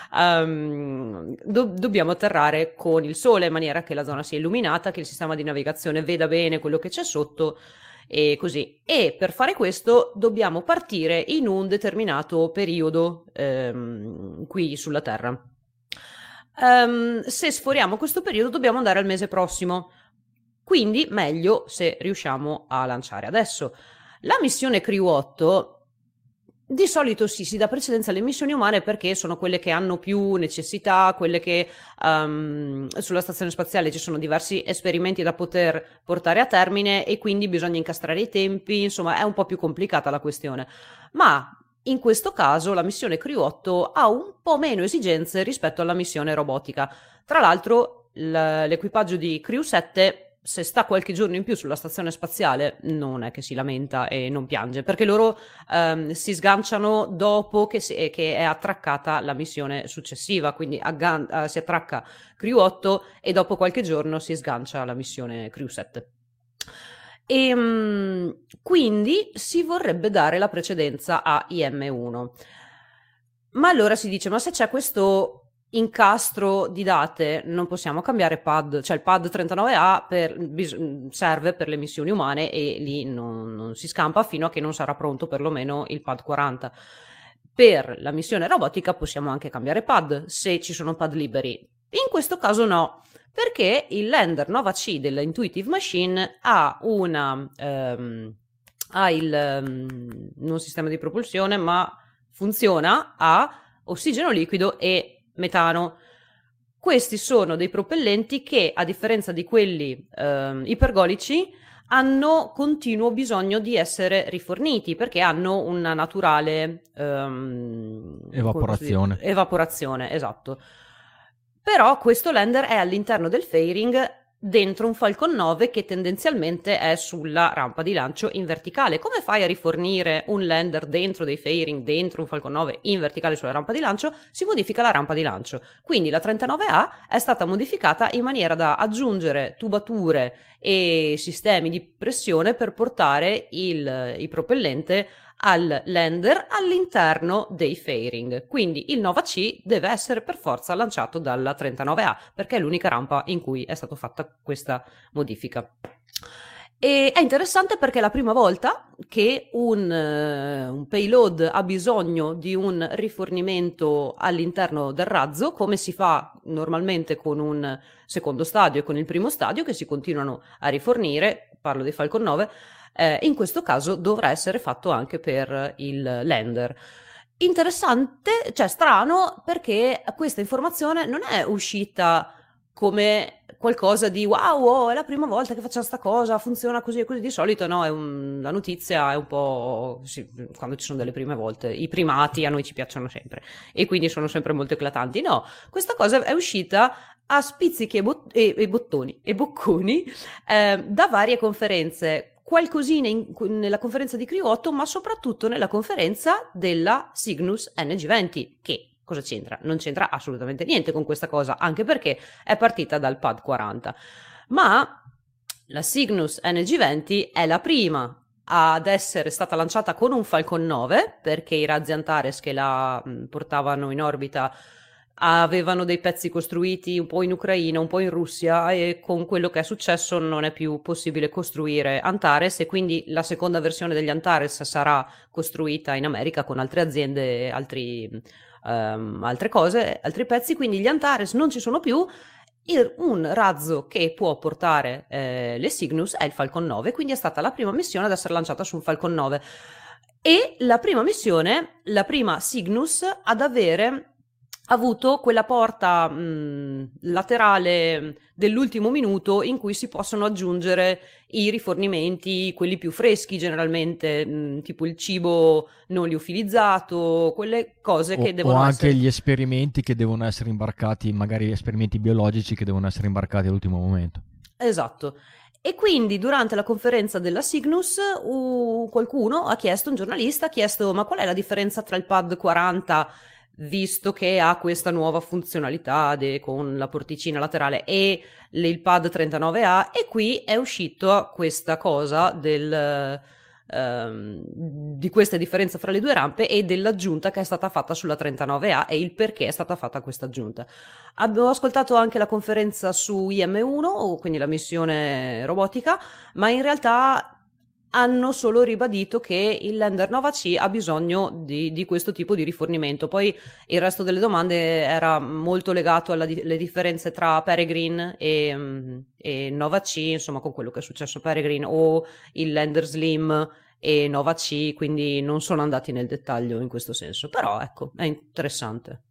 um, do, dobbiamo atterrare con il sole in maniera che la zona sia illuminata, che il sistema di navigazione veda bene quello che c'è sotto e così. E per fare questo dobbiamo partire in un determinato periodo um, qui sulla Terra. Um, se sforiamo questo periodo dobbiamo andare al mese prossimo, quindi meglio se riusciamo a lanciare adesso. La missione Crew otto di solito sì, si dà precedenza alle missioni umane perché sono quelle che hanno più necessità, quelle che um, sulla stazione spaziale ci sono diversi esperimenti da poter portare a termine e quindi bisogna incastrare i tempi, insomma è un po' più complicata la questione, ma in questo caso la missione Crew otto ha un po' meno esigenze rispetto alla missione robotica. Tra l'altro l'equipaggio di Crew sette, se sta qualche giorno in più sulla stazione spaziale, non è che si lamenta e non piange, perché loro um, si sganciano dopo che, si, che è attraccata la missione successiva, quindi aggan- uh, si attracca Crew otto e dopo qualche giorno si sgancia la missione Crew sette. E um, quindi si vorrebbe dare la precedenza a I M uno. Ma allora si dice, ma se c'è questo incastro di date non possiamo cambiare pad, cioè il pad trentanove A per, bis, serve per le missioni umane e lì non, non si scampa fino a che non sarà pronto perlomeno il pad quaranta. Per la missione robotica possiamo anche cambiare pad se ci sono pad liberi. In questo caso no, perché il lander Nova C della Intuitive Machine ha una um, ha il um, non sistema di propulsione, ma funziona a ossigeno liquido e metano. Questi sono dei propellenti che, a differenza di quelli um, ipergolici, hanno continuo bisogno di essere riforniti perché hanno una naturale um, evaporazione. Evaporazione, esatto. Però questo lander è all'interno del fairing dentro un Falcon nove che tendenzialmente è sulla rampa di lancio in verticale. Come fai a rifornire un lander dentro dei fairing, dentro un Falcon nove in verticale sulla rampa di lancio? Si modifica la rampa di lancio. Quindi la trentanove A è stata modificata in maniera da aggiungere tubature e sistemi di pressione per portare il, il propellente al lander all'interno dei fairing. Quindi il Nova C deve essere per forza lanciato dalla trentanove A perché è l'unica rampa in cui è stata fatta questa modifica. E è interessante perché è la prima volta che un, uh, un payload ha bisogno di un rifornimento all'interno del razzo, come si fa normalmente con un secondo stadio e con il primo stadio, che si continuano a rifornire, parlo dei Falcon nove. Eh, in questo caso dovrà essere fatto anche per il lander. Interessante, cioè strano, perché questa informazione non è uscita come qualcosa di wow, oh, è la prima volta che facciamo sta cosa, funziona così e così. Di solito no, è un, la notizia è un po' sì, quando ci sono delle prime volte, i primati a noi ci piacciono sempre e quindi sono sempre molto eclatanti. No, questa cosa è uscita a spizzichi e, bot- e, e bottoni e bocconi eh, da varie conferenze, qualcosina in, nella conferenza di Crew otto, ma soprattutto nella conferenza della Cygnus N G venti, che cosa c'entra? Non c'entra assolutamente niente con questa cosa, anche perché è partita dal pad quaranta. Ma la Cygnus N G venti è la prima ad essere stata lanciata con un Falcon nove, perché i razzi Antares che la mh, portavano in orbita avevano dei pezzi costruiti un po' in Ucraina, un po' in Russia, e con quello che è successo non è più possibile costruire Antares, e quindi la seconda versione degli Antares sarà costruita in America con altre aziende, altri, um, altre cose, altri pezzi, quindi gli Antares non ci sono più. Il, un razzo che può portare eh, le Cygnus è il Falcon nove, quindi è stata la prima missione ad essere lanciata su un Falcon nove, e la prima missione, la prima Cygnus ad avere avuto quella porta mh, laterale dell'ultimo minuto in cui si possono aggiungere i rifornimenti, quelli più freschi generalmente, mh, tipo il cibo non liofilizzato, quelle cose o, che devono o essere... anche gli esperimenti che devono essere imbarcati, magari esperimenti biologici che devono essere imbarcati all'ultimo momento. Esatto. E quindi durante la conferenza della Cygnus uh, qualcuno ha chiesto, un giornalista ha chiesto: ma qual è la differenza tra il pad quaranta, visto che ha questa nuova funzionalità de, con la porticina laterale, e le, il pad trentanove A? E qui è uscito questa cosa del, ehm, di questa differenza fra le due rampe e dell'aggiunta che è stata fatta sulla trentanove A e il perché è stata fatta questa aggiunta. Abbiamo ascoltato anche la conferenza su I M uno, quindi la missione robotica, ma in realtà hanno solo ribadito che il lander Nova C ha bisogno di, di questo tipo di rifornimento. Poi il resto delle domande era molto legato alle di- differenze tra Peregrine e, e Nova C, insomma, con quello che è successo a Peregrine, o il lander Slim e Nova C, quindi non sono andati nel dettaglio in questo senso. Però ecco, è interessante.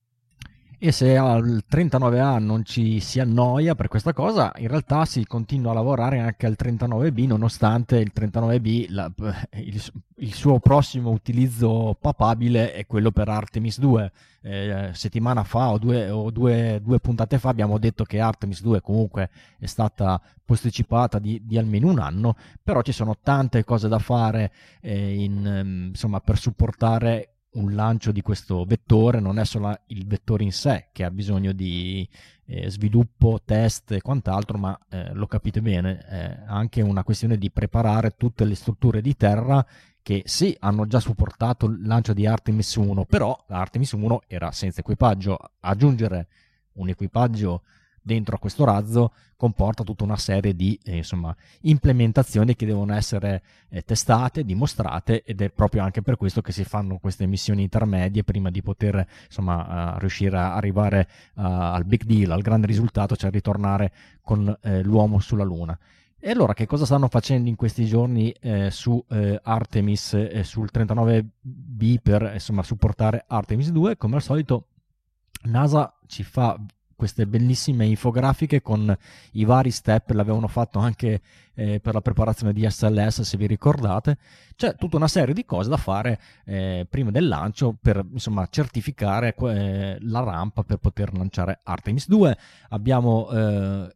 E se al trentanove A non ci si annoia per questa cosa, in realtà si continua a lavorare anche al trentanove B, nonostante il trentanove B, la, il, il suo prossimo utilizzo papabile è quello per Artemis due. Eh, settimana fa o, due, o due, due puntate fa abbiamo detto che Artemis due comunque è stata posticipata di, di almeno un anno, però ci sono tante cose da fare eh, in, insomma, per supportare un lancio di questo vettore. Non è solo il vettore in sé che ha bisogno di eh, sviluppo, test e quant'altro, ma eh, lo capite bene, è anche una questione di preparare tutte le strutture di terra che sì, hanno già supportato il lancio di Artemis uno, però Artemis uno era senza equipaggio. Aggiungere un equipaggio dentro a questo razzo comporta tutta una serie di eh, insomma, implementazioni che devono essere eh, testate, dimostrate, ed è proprio anche per questo che si fanno queste missioni intermedie prima di poter insomma, uh, riuscire a arrivare uh, al big deal, al grande risultato, cioè ritornare con eh, l'uomo sulla Luna. E allora che cosa stanno facendo in questi giorni eh, su eh, Artemis e eh, sul trentanove B per insomma, supportare Artemis due? Come al solito NASA ci fa queste bellissime infografiche con i vari step. L'avevano fatto anche eh, per la preparazione di S L S, se vi ricordate. C'è tutta una serie di cose da fare eh, prima del lancio per insomma certificare eh, la rampa per poter lanciare Artemis due. Abbiamo eh,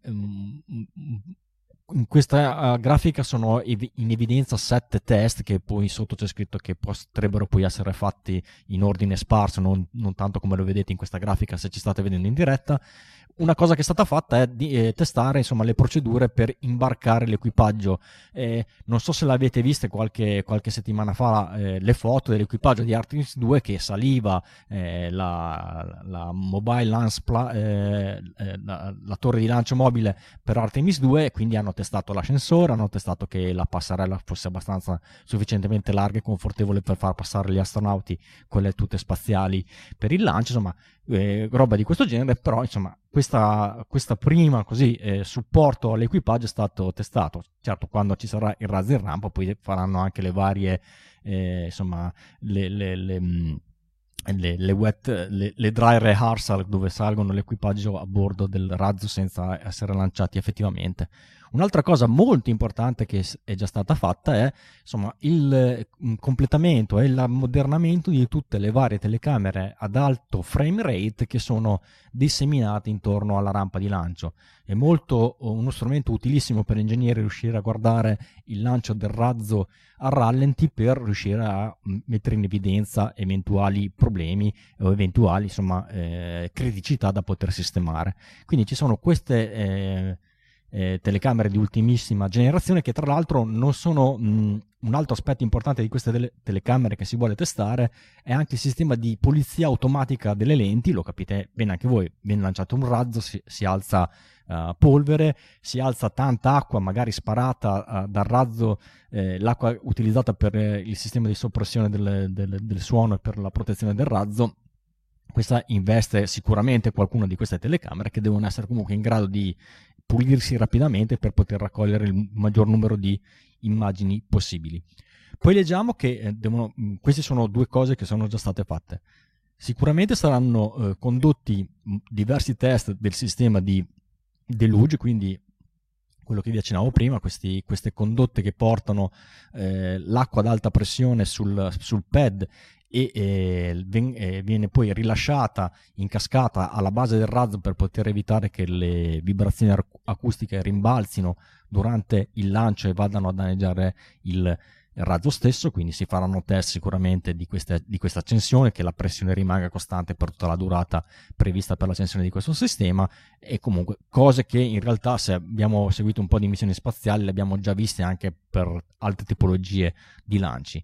in questa uh, grafica sono ev- in evidenza sette test che poi sotto c'è scritto che potrebbero poi essere fatti in ordine sparso, non, non tanto come lo vedete in questa grafica se ci state vedendo in diretta. Una cosa che è stata fatta è di eh, testare insomma, le procedure per imbarcare l'equipaggio. Eh, non so se l'avete viste qualche, qualche settimana fa eh, le foto dell'equipaggio di Artemis due che saliva eh, la, la mobile lance pla- eh, la, la torre di lancio mobile per Artemis due, e quindi hanno testato l'ascensore, hanno testato che la passerella fosse abbastanza sufficientemente larga e confortevole per far passare gli astronauti, quelle tutte spaziali per il lancio, insomma eh, roba di questo genere. Però insomma questa, questa prima così eh, supporto all'equipaggio è stato testato. Certo, quando ci sarà il razzo in rampa poi faranno anche le varie eh, insomma le, le, le Le, le, wet, le, le dry rehearsal dove salgono l'equipaggio a bordo del razzo senza essere lanciati effettivamente. Un'altra cosa molto importante che è già stata fatta è insomma il completamento e l'ammodernamento di tutte le varie telecamere ad alto frame rate che sono disseminate intorno alla rampa di lancio. È molto uno strumento utilissimo per ingegneri riuscire a guardare il lancio del razzo a rallenti per riuscire a mettere in evidenza eventuali problemi o eventuali insomma eh, criticità da poter sistemare. Quindi ci sono queste eh, eh, telecamere di ultimissima generazione che tra l'altro non sono mh, un altro aspetto importante di queste tele- telecamere che si vuole testare è anche il sistema di pulizia automatica delle lenti. Lo capite bene anche voi, viene lanciato un razzo, si, si alza uh, polvere, si alza tanta acqua magari sparata uh, dal razzo, eh, l'acqua utilizzata per eh, il sistema di soppressione del, del, del suono e per la protezione del razzo. Questa investe sicuramente qualcuna di queste telecamere, che devono essere comunque in grado di pulirsi rapidamente per poter raccogliere il maggior numero di immagini possibili. Poi leggiamo che eh, devono, mh, queste sono due cose che sono già state fatte. Sicuramente saranno eh, condotti mh, diversi test del sistema di deluge, quindi quello che vi accennavo prima, questi, queste condotte che portano eh, l'acqua ad alta pressione sul, sul pad e eh, ven- eh, viene poi rilasciata in cascata alla base del razzo per poter evitare che le vibrazioni ar- acustiche rimbalzino durante il lancio e vadano a danneggiare il razzo stesso. Quindi si faranno test sicuramente di, queste, di questa accensione, che la pressione rimanga costante per tutta la durata prevista per l'accensione di questo sistema, e comunque cose che in realtà, se abbiamo seguito un po' di missioni spaziali, le abbiamo già viste anche per altre tipologie di lanci.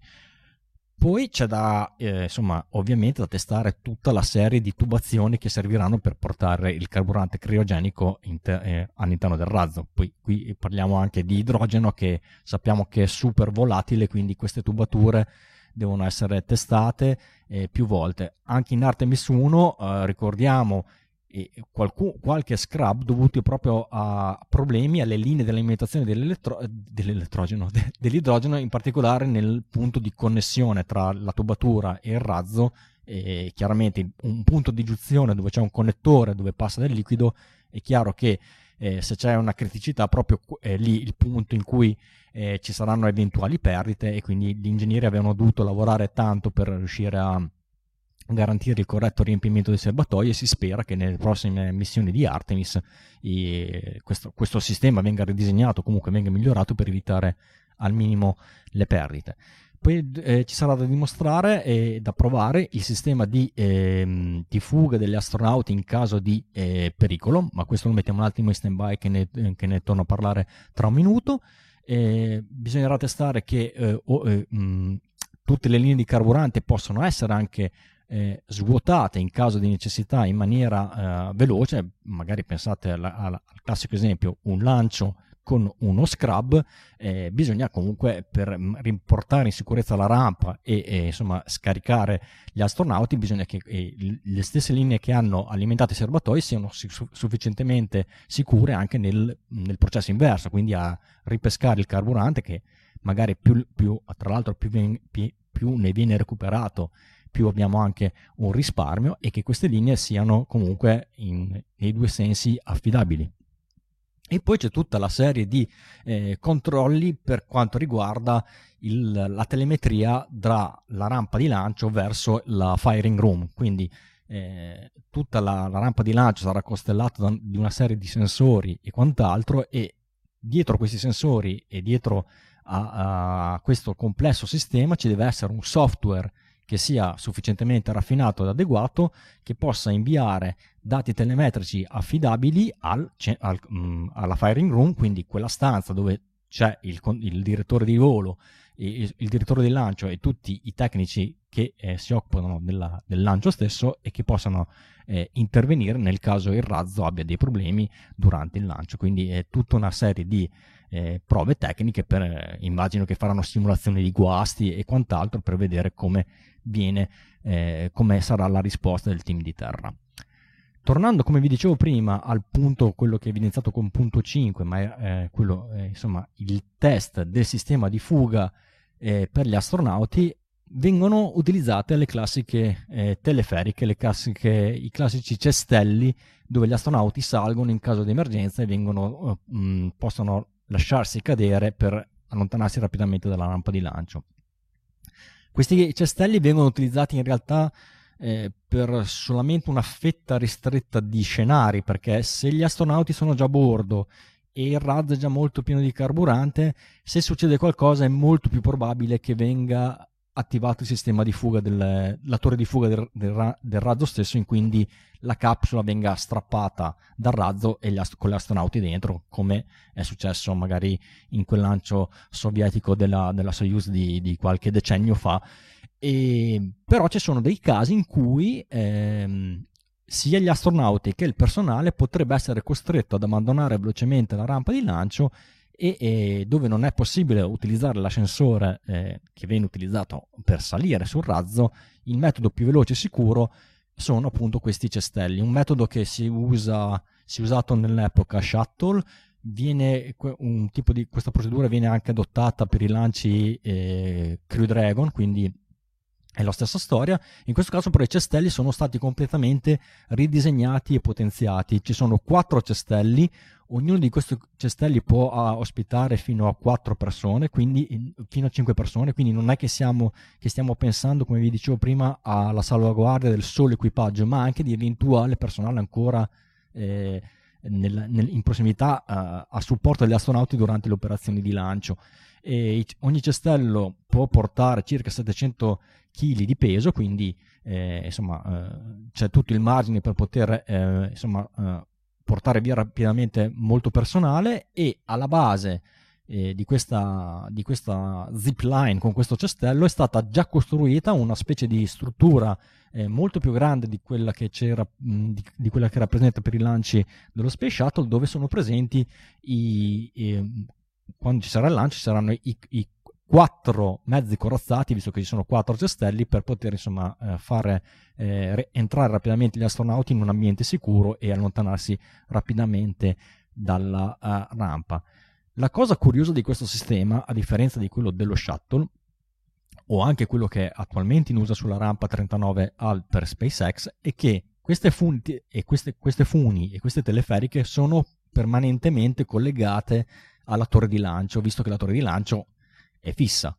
Poi c'è da, eh, insomma, ovviamente da testare tutta la serie di tubazioni che serviranno per portare il carburante criogenico inter- eh, all'interno del razzo. Poi qui parliamo anche di idrogeno, che sappiamo che è super volatile, quindi queste tubature devono essere testate eh, più volte. Anche in Artemis uno eh, ricordiamo e qualcu- qualche scrub dovuti proprio a problemi alle linee dell'alimentazione dell'elettro- dell'elettrogeno, de- dell'idrogeno, in particolare nel punto di connessione tra la tubatura e il razzo. E chiaramente un punto di giunzione dove c'è un connettore dove passa del liquido, è chiaro che eh, se c'è una criticità, proprio è lì il punto in cui eh, ci saranno eventuali perdite, e quindi gli ingegneri avevano dovuto lavorare tanto per riuscire a garantire il corretto riempimento dei serbatoi, e si spera che nelle prossime missioni di Artemis eh, questo, questo sistema venga ridisegnato, comunque venga migliorato per evitare al minimo le perdite. Poi eh, ci sarà da dimostrare e da provare il sistema di, eh, di fuga degli astronauti in caso di eh, pericolo, ma questo lo mettiamo un attimo in stand by, che ne, che ne torno a parlare tra un minuto. Eh, bisognerà testare che eh, o, eh, mh, tutte le linee di carburante possono essere anche Eh, svuotate in caso di necessità in maniera eh, veloce. Magari pensate alla, alla, al classico esempio, un lancio con uno scrub, eh, bisogna comunque, per riportare in sicurezza la rampa e, e insomma scaricare gli astronauti, bisogna che eh, le stesse linee che hanno alimentato i serbatoi siano su- sufficientemente sicure anche nel, nel processo inverso, quindi a ripescare il carburante, che magari più, più tra l'altro più, ven- più, più ne viene recuperato, più abbiamo anche un risparmio, e che queste linee siano comunque in, nei due sensi affidabili. E poi c'è tutta la serie di eh, controlli per quanto riguarda il, la telemetria tra la rampa di lancio verso la firing room. Quindi eh, tutta la, la rampa di lancio sarà costellata da, di una serie di sensori e quant'altro, e dietro questi sensori e dietro a, a questo complesso sistema ci deve essere un software che sia sufficientemente raffinato ed adeguato, che possa inviare dati telemetrici affidabili al, al, um, alla firing room, quindi quella stanza dove c'è il, il direttore di volo, il, il direttore del lancio e tutti i tecnici che eh, si occupano della, del lancio stesso, e che possano eh, intervenire nel caso il razzo abbia dei problemi durante il lancio. Quindi è tutta una serie di eh, prove tecniche per, eh, immagino che faranno simulazioni di guasti e quant'altro per vedere come viene, eh, come sarà la risposta del team di terra. Tornando, come vi dicevo prima, al punto, quello che è evidenziato con punto cinque, ma è eh, quello, eh, insomma, il test del sistema di fuga eh, per gli astronauti, vengono utilizzate le classiche eh, teleferiche, le classiche, i classici cestelli dove gli astronauti salgono in caso di emergenza e vengono, eh, mh, possono lasciarsi cadere per allontanarsi rapidamente dalla rampa di lancio. Questi cestelli vengono utilizzati in realtà eh, per solamente una fetta ristretta di scenari, perché se gli astronauti sono già a bordo e il razzo è già molto pieno di carburante, se succede qualcosa è molto più probabile che venga attivato il sistema di fuga del, la torre di fuga del, del, del razzo stesso, in quindi la capsula venga strappata dal razzo e gli ast- con gli astronauti dentro, come è successo magari in quel lancio sovietico della, della Soyuz di, di qualche decennio fa. E, però ci sono dei casi in cui ehm, sia gli astronauti che il personale potrebbe essere costretto ad abbandonare velocemente la rampa di lancio, e, e dove non è possibile utilizzare l'ascensore eh, che viene utilizzato per salire sul razzo. Il metodo più veloce e sicuro sono appunto questi cestelli, un metodo che si usa si è usato nell'epoca Shuttle. Viene un tipo di questa procedura viene anche adottata per i lanci eh, Crew Dragon, quindi è la stessa storia. In questo caso però i cestelli sono stati completamente ridisegnati e potenziati. Ci sono quattro cestelli, ognuno di questi cestelli può uh, ospitare fino a quattro persone, quindi fino a cinque persone, quindi non è che siamo che stiamo pensando, come vi dicevo prima, alla salvaguardia del solo equipaggio, ma anche di eventuale personale ancora eh, nel, nel, in prossimità uh, a supporto degli astronauti durante le operazioni di lancio. E ogni cestello può portare circa settecento chili di peso, quindi eh, insomma eh, c'è tutto il margine per poter eh, insomma eh, portare via rapidamente molto personale. E alla base eh, di questa di questa zip line con questo cestello è stata già costruita una specie di struttura eh, molto più grande di quella che c'era mh, di, di quella che era presente per i lanci dello Space Shuttle, dove sono presenti i, i quando ci sarà il lancio ci saranno i, i quattro mezzi corazzati, visto che ci sono quattro cestelli, per poter insomma eh, fare eh, re- entrare rapidamente gli astronauti in un ambiente sicuro e allontanarsi rapidamente dalla uh, rampa. La cosa curiosa di questo sistema, a differenza di quello dello Shuttle o anche quello che è attualmente in uso sulla rampa trentanove A L per SpaceX, è che queste funi e queste, queste funi e queste teleferiche sono permanentemente collegate alla torre di lancio, visto che la torre di lancio è fissa.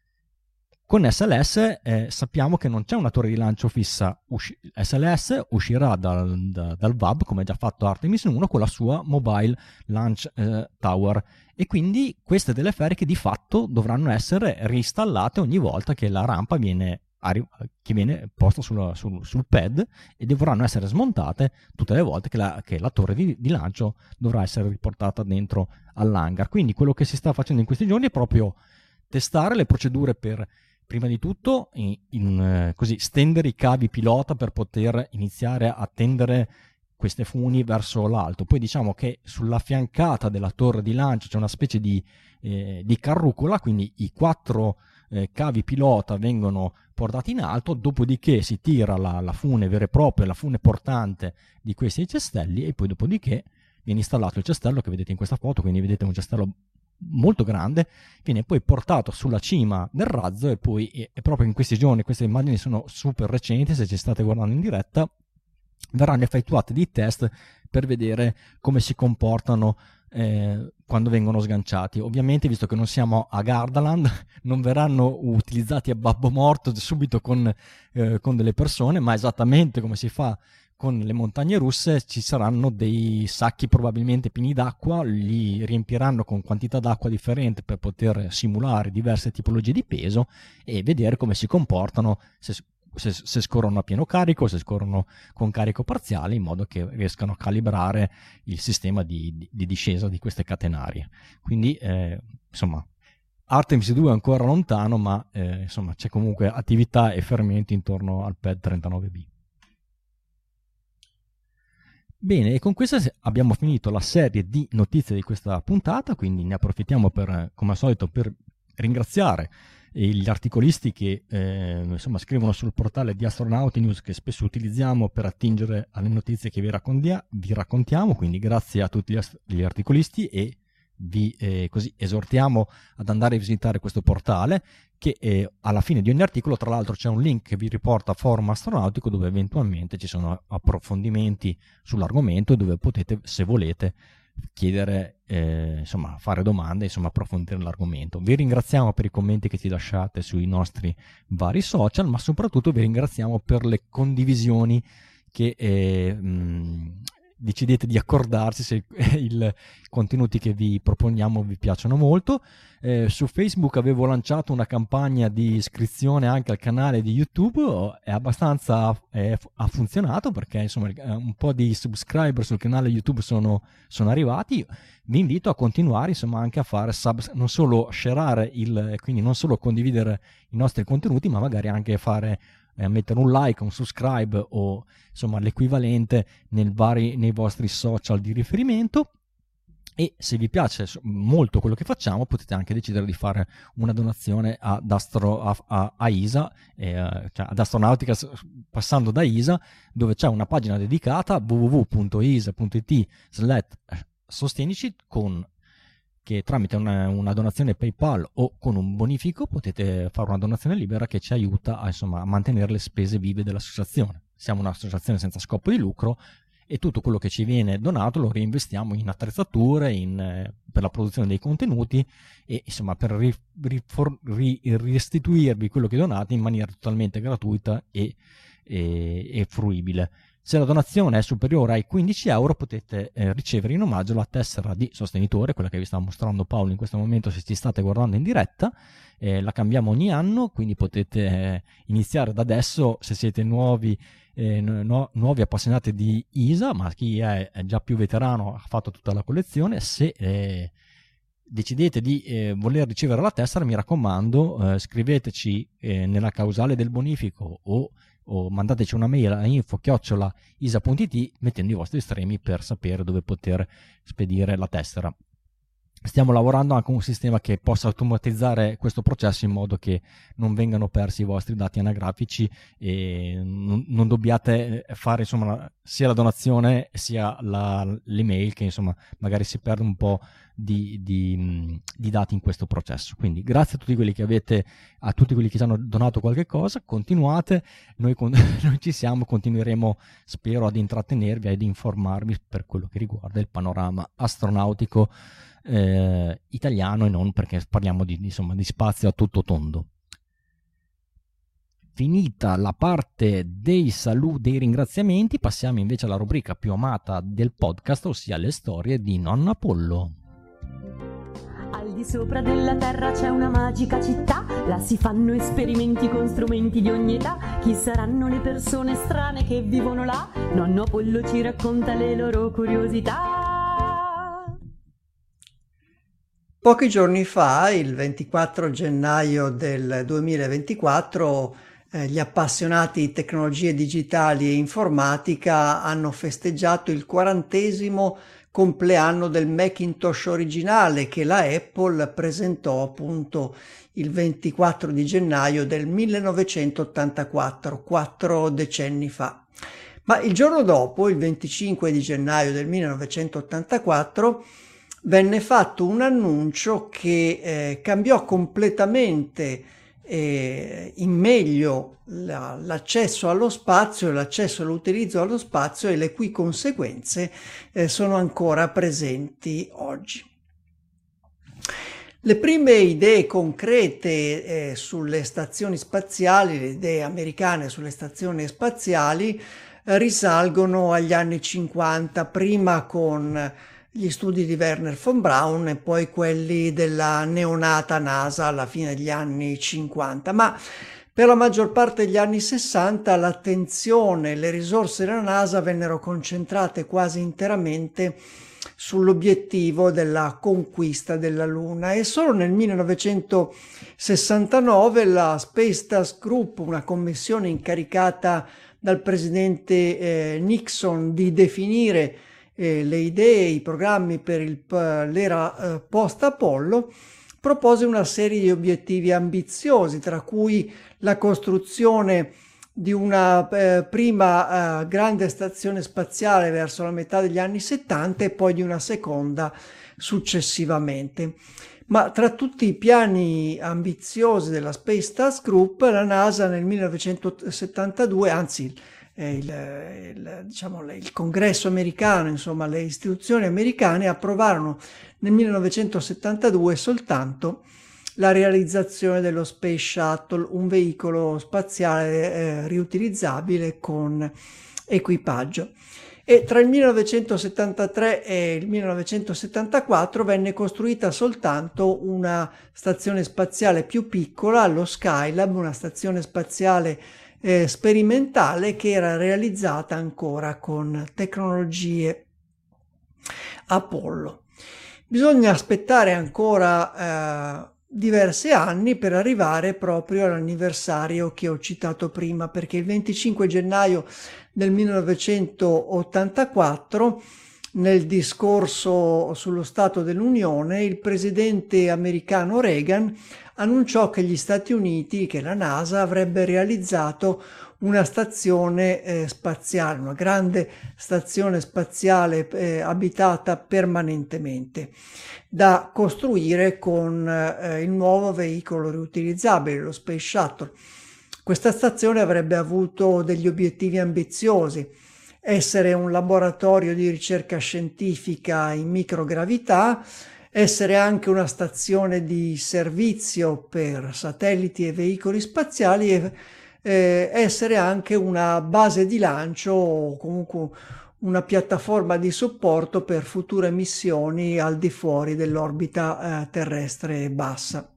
Con S L S eh, sappiamo che non c'è una torre di lancio fissa. Usci- S L S uscirà dal, da, dal V A B, come ha già fatto Artemis uno, con la sua Mobile Launch eh, Tower, e quindi queste teleferiche di fatto dovranno essere reinstallate ogni volta che la rampa viene, arri- che viene posta sul, sul, sul pad, e dovranno essere smontate tutte le volte che la, che la torre di, di lancio dovrà essere riportata dentro all'hangar. Quindi quello che si sta facendo in questi giorni è proprio testare le procedure per, prima di tutto, in, in, eh, così stendere i cavi pilota per poter iniziare a tendere queste funi verso l'alto. Poi diciamo che sulla fiancata della torre di lancio c'è una specie di, eh, di carrucola, quindi i quattro eh, cavi pilota vengono portati in alto, dopodiché si tira la, la fune vera e propria, la fune portante di questi cestelli, e poi dopodiché viene installato il cestello che vedete in questa foto. Quindi vedete un cestello molto grande, viene poi portato sulla cima del razzo, e poi e proprio in questi giorni, queste immagini sono super recenti, se ci state guardando in diretta, verranno effettuati dei test per vedere come si comportano eh, quando vengono sganciati. Ovviamente, visto che non siamo a Gardaland, non verranno utilizzati a babbo morto subito con, eh, con delle persone, ma esattamente come si fa con le montagne russe, ci saranno dei sacchi probabilmente pieni d'acqua, li riempiranno con quantità d'acqua differente per poter simulare diverse tipologie di peso e vedere come si comportano, se, se, se scorrono a pieno carico, se scorrono con carico parziale, in modo che riescano a calibrare il sistema di, di, di discesa di queste catenarie. Quindi eh, insomma Artemis due è ancora lontano, ma eh, insomma c'è comunque attività e fermenti intorno al pad trentanove B. Bene, e con questo abbiamo finito la serie di notizie di questa puntata, quindi ne approfittiamo per, come al solito, per ringraziare gli articolisti che eh, insomma scrivono sul portale di Astronauti News, che spesso utilizziamo per attingere alle notizie che vi, raccontia- vi raccontiamo. Quindi grazie a tutti gli, ast- gli articolisti, e vi eh, così esortiamo ad andare a visitare questo portale, che eh, alla fine di ogni articolo tra l'altro c'è un link che vi riporta a Forum Astronautico, dove eventualmente ci sono approfondimenti sull'argomento e dove potete, se volete, chiedere, eh, insomma fare domande, insomma approfondire l'argomento. Vi ringraziamo per i commenti che ci lasciate sui nostri vari social, ma soprattutto vi ringraziamo per le condivisioni che eh, mh, decidete di accordarsi se i contenuti che vi proponiamo vi piacciono molto. Eh, su Facebook avevo lanciato una campagna di iscrizione anche al canale di YouTube, è abbastanza è, ha funzionato, perché insomma un po' di subscriber sul canale YouTube sono, sono arrivati. Vi invito a continuare insomma anche a fare sub, non solo shareare il, quindi non solo condividere i nostri contenuti, ma magari anche fare eh, mettere un like, un subscribe o insomma l'equivalente nel vari, nei vostri social di riferimento. E se vi piace molto quello che facciamo, potete anche decidere di fare una donazione ad Astro, a, a, a I S A, eh, cioè ad Astronauticast, passando da I S A, dove c'è una pagina dedicata w w w punto i s a punto i t slash sostenici, con che tramite una, una donazione PayPal o con un bonifico potete fare una donazione libera che ci aiuta a, insomma, a mantenere le spese vive dell'associazione. Siamo un'associazione senza scopo di lucro e tutto quello che ci viene donato lo reinvestiamo in attrezzature, in, eh, per la produzione dei contenuti e insomma per ri, rifor, ri, restituirvi quello che donate in maniera totalmente gratuita e, e, e fruibile. Se la donazione è superiore ai quindici euro potete eh, ricevere in omaggio la tessera di sostenitore, quella che vi sta mostrando Paolo in questo momento se ci state guardando in diretta. Eh, la cambiamo ogni anno, quindi potete eh, iniziare da adesso se siete nuovi Eh, nu- nuovi appassionati di I S A, ma chi è, è già più veterano ha fatto tutta la collezione. Se eh, decidete di eh, voler ricevere la tessera, mi raccomando, eh, scriveteci eh, nella causale del bonifico o, o mandateci una mail a info chiocciola i s a punto i t mettendo i vostri estremi per sapere dove poter spedire la tessera. Stiamo lavorando anche a un sistema che possa automatizzare questo processo in modo che non vengano persi i vostri dati anagrafici e non, non dobbiate fare insomma sia la donazione sia la, l'email, che insomma magari si perde un po' di, di, di dati in questo processo. Quindi grazie a tutti quelli che avete, a tutti quelli che ci hanno donato qualche cosa, continuate, noi, noi ci siamo, continueremo spero ad intrattenervi e ad informarvi per quello che riguarda il panorama astronautico Eh, italiano e non, perché parliamo di, insomma, di spazio a tutto tondo. Finita la parte dei saluti, dei ringraziamenti, passiamo invece alla rubrica più amata del podcast, ossia le storie di Nonno Apollo. Al di sopra della terra c'è una magica città, là si fanno esperimenti con strumenti di ogni età. Chi saranno le persone strane che vivono là? Nonno Apollo ci racconta le loro curiosità. Pochi giorni fa, il ventiquattro gennaio del duemilaventiquattro, eh, gli appassionati di tecnologie digitali e informatica hanno festeggiato il quarantesimo compleanno del Macintosh originale che la Apple presentò appunto il ventiquattro di gennaio del millenovecentottantaquattro, quattro decenni fa. Ma il giorno dopo, il venticinque di gennaio del millenovecentottantaquattro, venne fatto un annuncio che eh, cambiò completamente eh, in meglio la, l'accesso allo spazio, l'accesso all'utilizzo allo spazio, e le cui conseguenze eh, sono ancora presenti oggi. Le prime idee concrete eh, sulle stazioni spaziali, le idee americane sulle stazioni spaziali, eh, risalgono agli anni cinquanta, prima con gli studi di Wernher von Braun e poi quelli della neonata NASA alla fine degli anni cinquanta, ma per la maggior parte degli anni sessanta l'attenzione e le risorse della NASA vennero concentrate quasi interamente sull'obiettivo della conquista della Luna, e solo nel millenovecentosessantanove la Space Task Group, una commissione incaricata dal presidente eh, Nixon di definire eh, le idee, i programmi per il, l'era eh, post-Apollo, propose una serie di obiettivi ambiziosi, tra cui la costruzione di una eh, prima eh, grande stazione spaziale verso la metà degli anni settanta e poi di una seconda successivamente. Ma tra tutti i piani ambiziosi della Space Task Group, la NASA nel millenovecentosettantadue, anzi eh, il, il, diciamo, il Congresso americano, insomma le istituzioni americane approvarono nel millenovecentosettantadue soltanto la realizzazione dello Space Shuttle, un veicolo spaziale eh, riutilizzabile con equipaggio. e tra il millenovecentosettantatré e il millenovecentosettantaquattro venne costruita soltanto una stazione spaziale più piccola, lo Skylab, una stazione spaziale eh, sperimentale che era realizzata ancora con tecnologie Apollo. Bisogna aspettare ancora eh, diversi anni per arrivare proprio all'anniversario che ho citato prima, perché il venticinque gennaio del millenovecentottantaquattro, nel discorso sullo Stato dell'Unione, il presidente americano Reagan annunciò che gli Stati Uniti, che la NASA, avrebbe realizzato una stazione eh, spaziale, una grande stazione spaziale eh, abitata permanentemente, da costruire con eh, il nuovo veicolo riutilizzabile, lo Space Shuttle. Questa stazione avrebbe avuto degli obiettivi ambiziosi: essere un laboratorio di ricerca scientifica in microgravità, essere anche una stazione di servizio per satelliti e veicoli spaziali e eh, essere anche una base di lancio o comunque una piattaforma di supporto per future missioni al di fuori dell'orbita eh, terrestre bassa.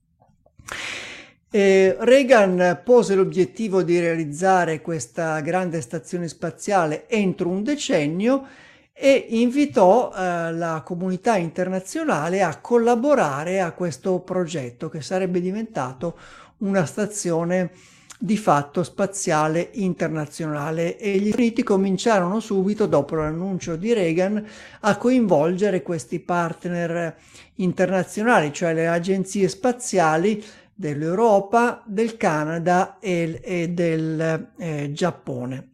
E Reagan pose l'obiettivo di realizzare questa grande stazione spaziale entro un decennio e invitò eh, la comunità internazionale a collaborare a questo progetto, che sarebbe diventato una stazione di fatto spaziale internazionale, e gli Stati Uniti cominciarono subito, dopo l'annuncio di Reagan, a coinvolgere questi partner internazionali, cioè le agenzie spaziali dell'Europa, del Canada e, e del eh, Giappone.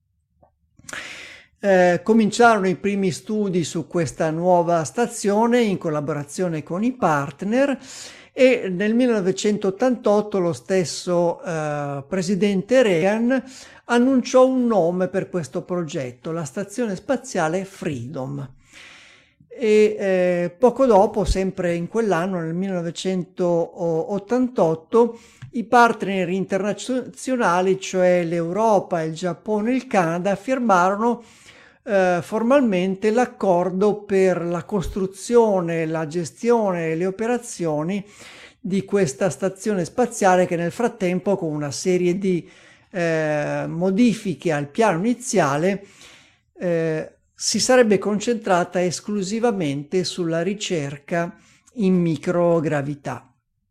Eh, cominciarono i primi studi su questa nuova stazione in collaborazione con i partner, e nel millenovecentottantotto lo stesso eh, presidente Reagan annunciò un nome per questo progetto, la stazione spaziale Freedom. E eh, poco dopo, sempre in quell'anno, nel millenovecentottantotto, i partner internazionali, cioè l'Europa, il Giappone e il Canada, firmarono eh, formalmente l'accordo per la costruzione, la gestione e le operazioni di questa stazione spaziale, che nel frattempo, con una serie di eh, modifiche al piano iniziale, eh, si sarebbe concentrata esclusivamente sulla ricerca in microgravità.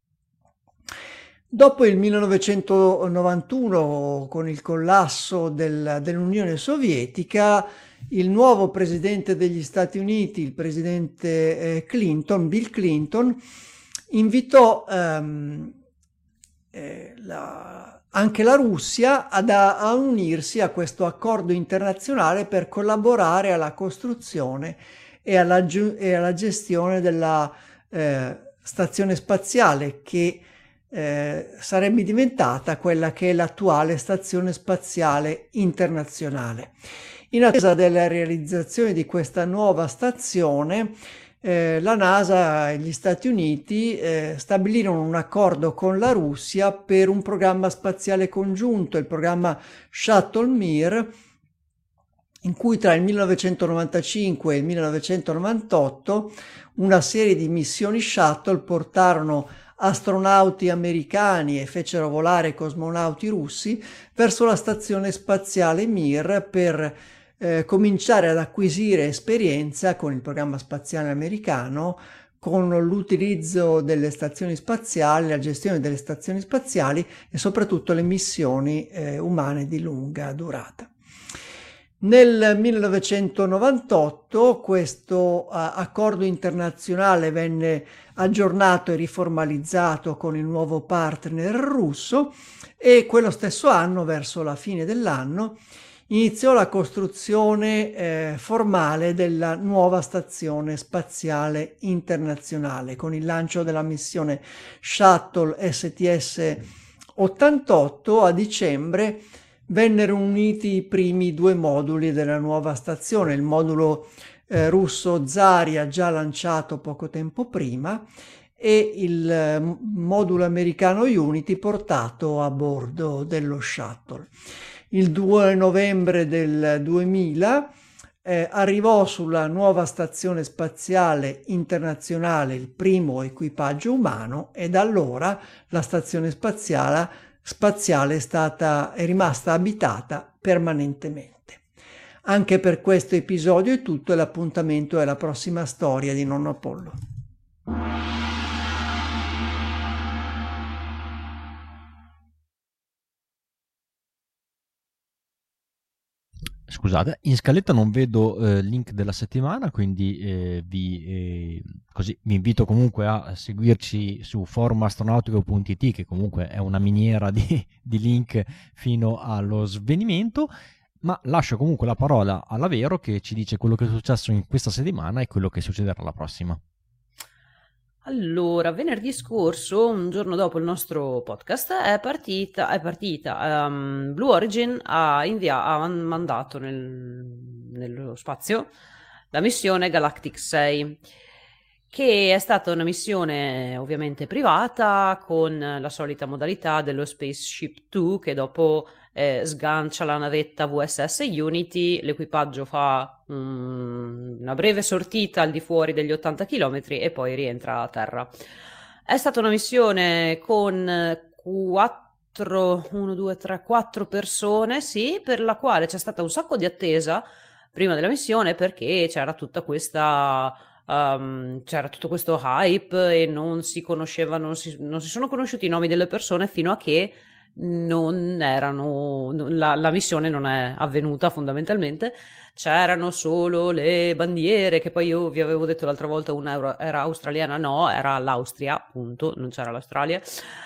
Dopo il millenovecentonovantuno, con il collasso del, dell'Unione Sovietica, il nuovo presidente degli Stati Uniti, il presidente eh, Clinton, Bill Clinton, invitò ehm, eh, la anche la Russia ad a, a unirsi a questo accordo internazionale per collaborare alla costruzione e alla, e alla gestione della eh, stazione spaziale, che eh, sarebbe diventata quella che è l'attuale Stazione Spaziale Internazionale. In attesa della realizzazione di questa nuova stazione, Eh, la NASA e gli Stati Uniti eh, stabilirono un accordo con la Russia per un programma spaziale congiunto, il programma Shuttle Mir, in cui tra il millenovecentonovantacinque e il millenovecentonovantotto una serie di missioni shuttle portarono astronauti americani e fecero volare cosmonauti russi verso la stazione spaziale Mir per Eh, cominciare ad acquisire esperienza con il programma spaziale americano, con l'utilizzo delle stazioni spaziali, la gestione delle stazioni spaziali e soprattutto le missioni eh, umane di lunga durata. Nel millenovecentonovantotto questo uh, accordo internazionale venne aggiornato e riformalizzato con il nuovo partner russo, e quello stesso anno, verso la fine dell'anno, iniziò la costruzione eh, formale della nuova stazione spaziale internazionale, con il lancio della missione Shuttle S T S ottantotto. A dicembre vennero uniti i primi due moduli della nuova stazione, il modulo eh, russo Zarya, già lanciato poco tempo prima, e il eh, modulo americano Unity, portato a bordo dello shuttle. Il due novembre del duemila eh, arrivò sulla nuova stazione spaziale internazionale il primo equipaggio umano e da allora la stazione spaziale, spaziale è stata, è rimasta abitata permanentemente. Anche per questo episodio è tutto e l'appuntamento è la prossima storia di Nonno Apollo. Scusate, in scaletta non vedo eh, link della settimana, quindi eh, vi, eh, così, vi invito comunque a seguirci su forumastronautico punto it, che comunque è una miniera di, di link fino allo svenimento, ma lascio comunque la parola alla Vero, che ci dice quello che è successo in questa settimana e quello che succederà la prossima. Allora, venerdì scorso, un giorno dopo il nostro podcast, è partita, è partita um, Blue Origin ha, invia- ha mandato nel, nello spazio la missione Galactic sei, che è stata una missione ovviamente privata, con la solita modalità dello Spaceship due, che dopo eh, sgancia la navetta V S S Unity, l'equipaggio fa um, una breve sortita al di fuori degli ottanta chilometri e poi rientra a terra. È stata una missione con quattro, uno, due, tre, quattro persone, sì, per la quale c'è stata un sacco di attesa prima della missione, perché c'era tutta questa... Um, c'era tutto questo hype e non si conoscevano, non si, non si sono conosciuti i nomi delle persone fino a che non erano, la, la missione non è avvenuta fondamentalmente. C'erano solo le bandiere, che poi io vi avevo detto l'altra volta una era, era australiana, no, era l'Austria, appunto, non c'era l'Australia.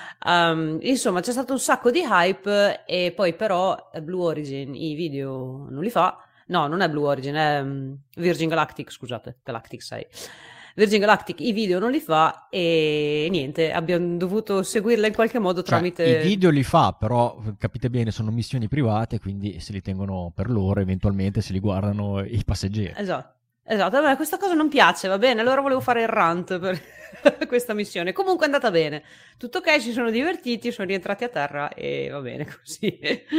Um, insomma, c'è stato un sacco di hype e poi però Blue Origin i video non li fa. No, non è Blue Origin, è um, Virgin Galactic, scusate, Galactic sei. Virgin Galactic i video non li fa e niente, abbiamo dovuto seguirla in qualche modo tramite... Cioè, i video li fa, però capite bene, sono missioni private, quindi se li tengono per loro, eventualmente se li guardano i passeggeri. Esatto, esatto. A me questa cosa non piace, va bene, allora volevo fare il rant per questa missione. Comunque è andata bene, tutto ok, si sono divertiti, sono rientrati a terra e va bene così.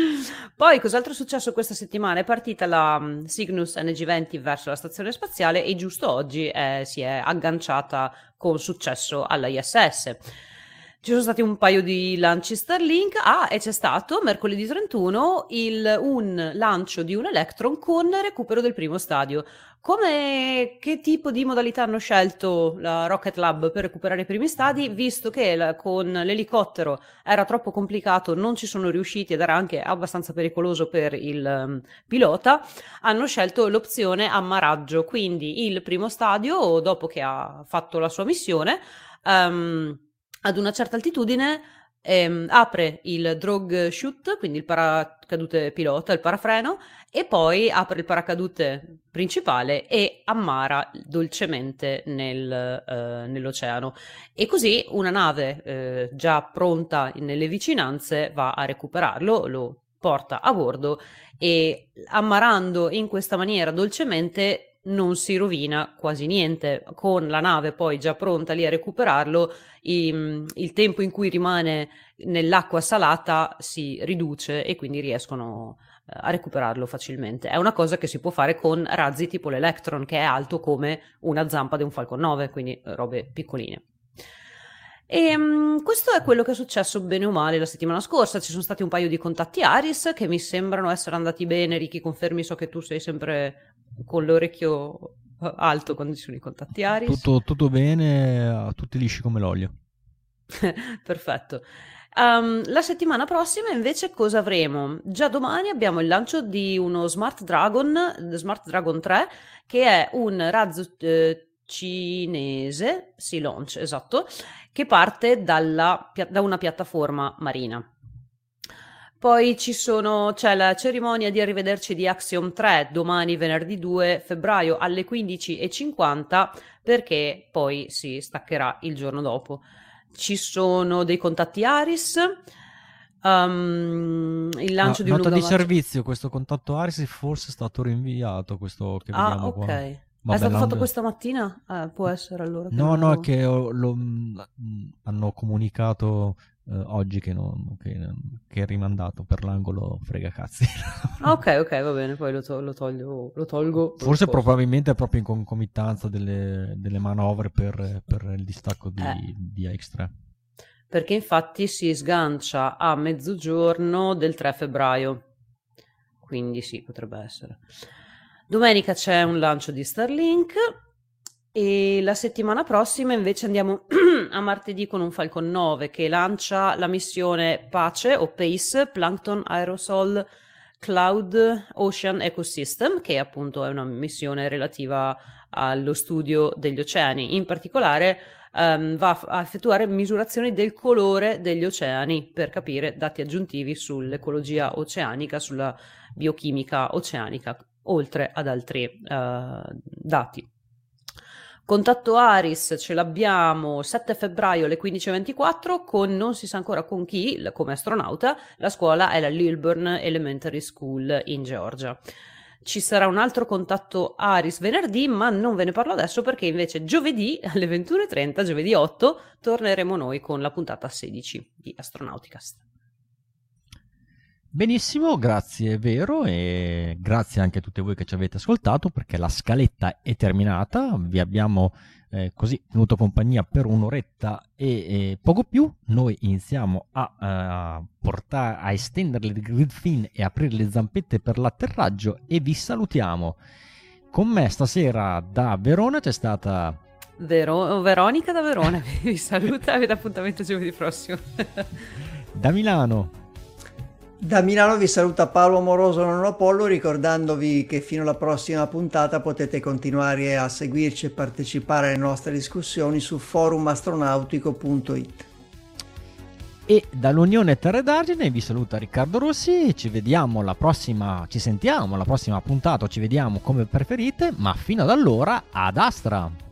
Poi cos'altro è successo questa settimana? È partita la um, Cygnus N G venti verso la stazione spaziale e giusto oggi eh, si è agganciata con successo alla I S S. Ci sono stati un paio di lanci Starlink, ah, e c'è stato mercoledì trentuno il, un lancio di un Electron con recupero del primo stadio. Come, che tipo di modalità hanno scelto la Rocket Lab per recuperare i primi stadi, visto che la, con l'elicottero era troppo complicato, non ci sono riusciti ed era anche abbastanza pericoloso per il um, pilota, hanno scelto l'opzione ammaraggio, quindi il primo stadio, dopo che ha fatto la sua missione, um, ad una certa altitudine ehm, apre il drogue chute, quindi il paracadute pilota, il parafreno, e poi apre il paracadute principale e ammara dolcemente nel, eh, nell'oceano. E così una nave eh, già pronta nelle vicinanze va a recuperarlo, lo porta a bordo e ammarando in questa maniera dolcemente non si rovina quasi niente. Con la nave poi già pronta lì a recuperarlo, il, il tempo in cui rimane nell'acqua salata si riduce e quindi riescono a recuperarlo facilmente. È una cosa che si può fare con razzi tipo l'Electron, che è alto come una zampa di un Falcon nove, quindi robe piccoline. E um, questo è quello che è successo bene o male la settimana scorsa. Ci sono stati un paio di contatti Aris che mi sembrano essere andati bene. Ricky, confermi, so che tu sei sempre con l'orecchio alto quando ci sono i contatti Aris. Tutto, tutto bene, tutti lisci come l'olio. Perfetto. Um, la settimana prossima invece cosa avremo? Già domani abbiamo il lancio di uno Smart Dragon, Smart Dragon tre, che è un razzo eh, cinese, sì, launch, esatto, che parte dalla, da una piattaforma marina. Poi ci sono, c'è la cerimonia di arrivederci di Axiom tre domani venerdì due febbraio alle quindici e cinquanta, perché poi si staccherà il giorno dopo. Ci sono dei contatti Aris, um, il lancio ah, di un nota di lunga servizio, questo contatto Aris forse è stato rinviato, questo che ah, vediamo ok. qua. Vabbè, è stato fatto questa mattina? Eh, può essere allora. No, non no, lo... è che lo, lo, hanno comunicato uh, oggi che, non, che, che è rimandato per l'angolo frega cazzi. Ah, ok, ok, va bene, poi lo, to- lo toglio, lo tolgo. Forse lo probabilmente proprio in concomitanza delle, delle manovre per, per il distacco di, Eh. di A X tre. Perché infatti si sgancia a mezzogiorno del tre febbraio, quindi sì, potrebbe essere. Domenica c'è un lancio di Starlink e la settimana prossima invece andiamo a martedì con un Falcon nove che lancia la missione PACE o PACE, Plankton Aerosol Cloud Ocean Ecosystem, che appunto è una missione relativa allo studio degli oceani. In particolare um, va a effettuare misurazioni del colore degli oceani per capire dati aggiuntivi sull'ecologia oceanica, sulla biochimica oceanica, oltre ad altri uh, dati. Contatto ARIS ce l'abbiamo sette febbraio alle quindici e ventiquattro con non si sa ancora con chi, come astronauta. La scuola è la Lilburn Elementary School in Georgia. Ci sarà un altro contatto ARIS venerdì, ma non ve ne parlo adesso perché invece giovedì alle ventuno e trenta, giovedì otto, torneremo noi con la puntata sedici di Astronauticast. Benissimo, grazie Vero e grazie anche a tutti voi che ci avete ascoltato, perché la scaletta è terminata, vi abbiamo eh, così tenuto compagnia per un'oretta e, e poco più. Noi iniziamo a, a portare a estendere le grid fin e aprire le zampette per l'atterraggio e vi salutiamo. Con me stasera da Verona c'è stata Vero- Veronica da Verona, vi saluta e vi dà appuntamento giovedì prossimo. Da Milano Da Milano vi saluta Paolo Amoroso non Apollo, ricordandovi che fino alla prossima puntata potete continuare a seguirci e partecipare alle nostre discussioni su forum astronautico punto it. E dall'Unione Terre d'Argine vi saluta Riccardo Rossi. Ci vediamo la prossima, ci sentiamo la prossima puntata, o ci vediamo come preferite, ma fino ad allora ad Astra!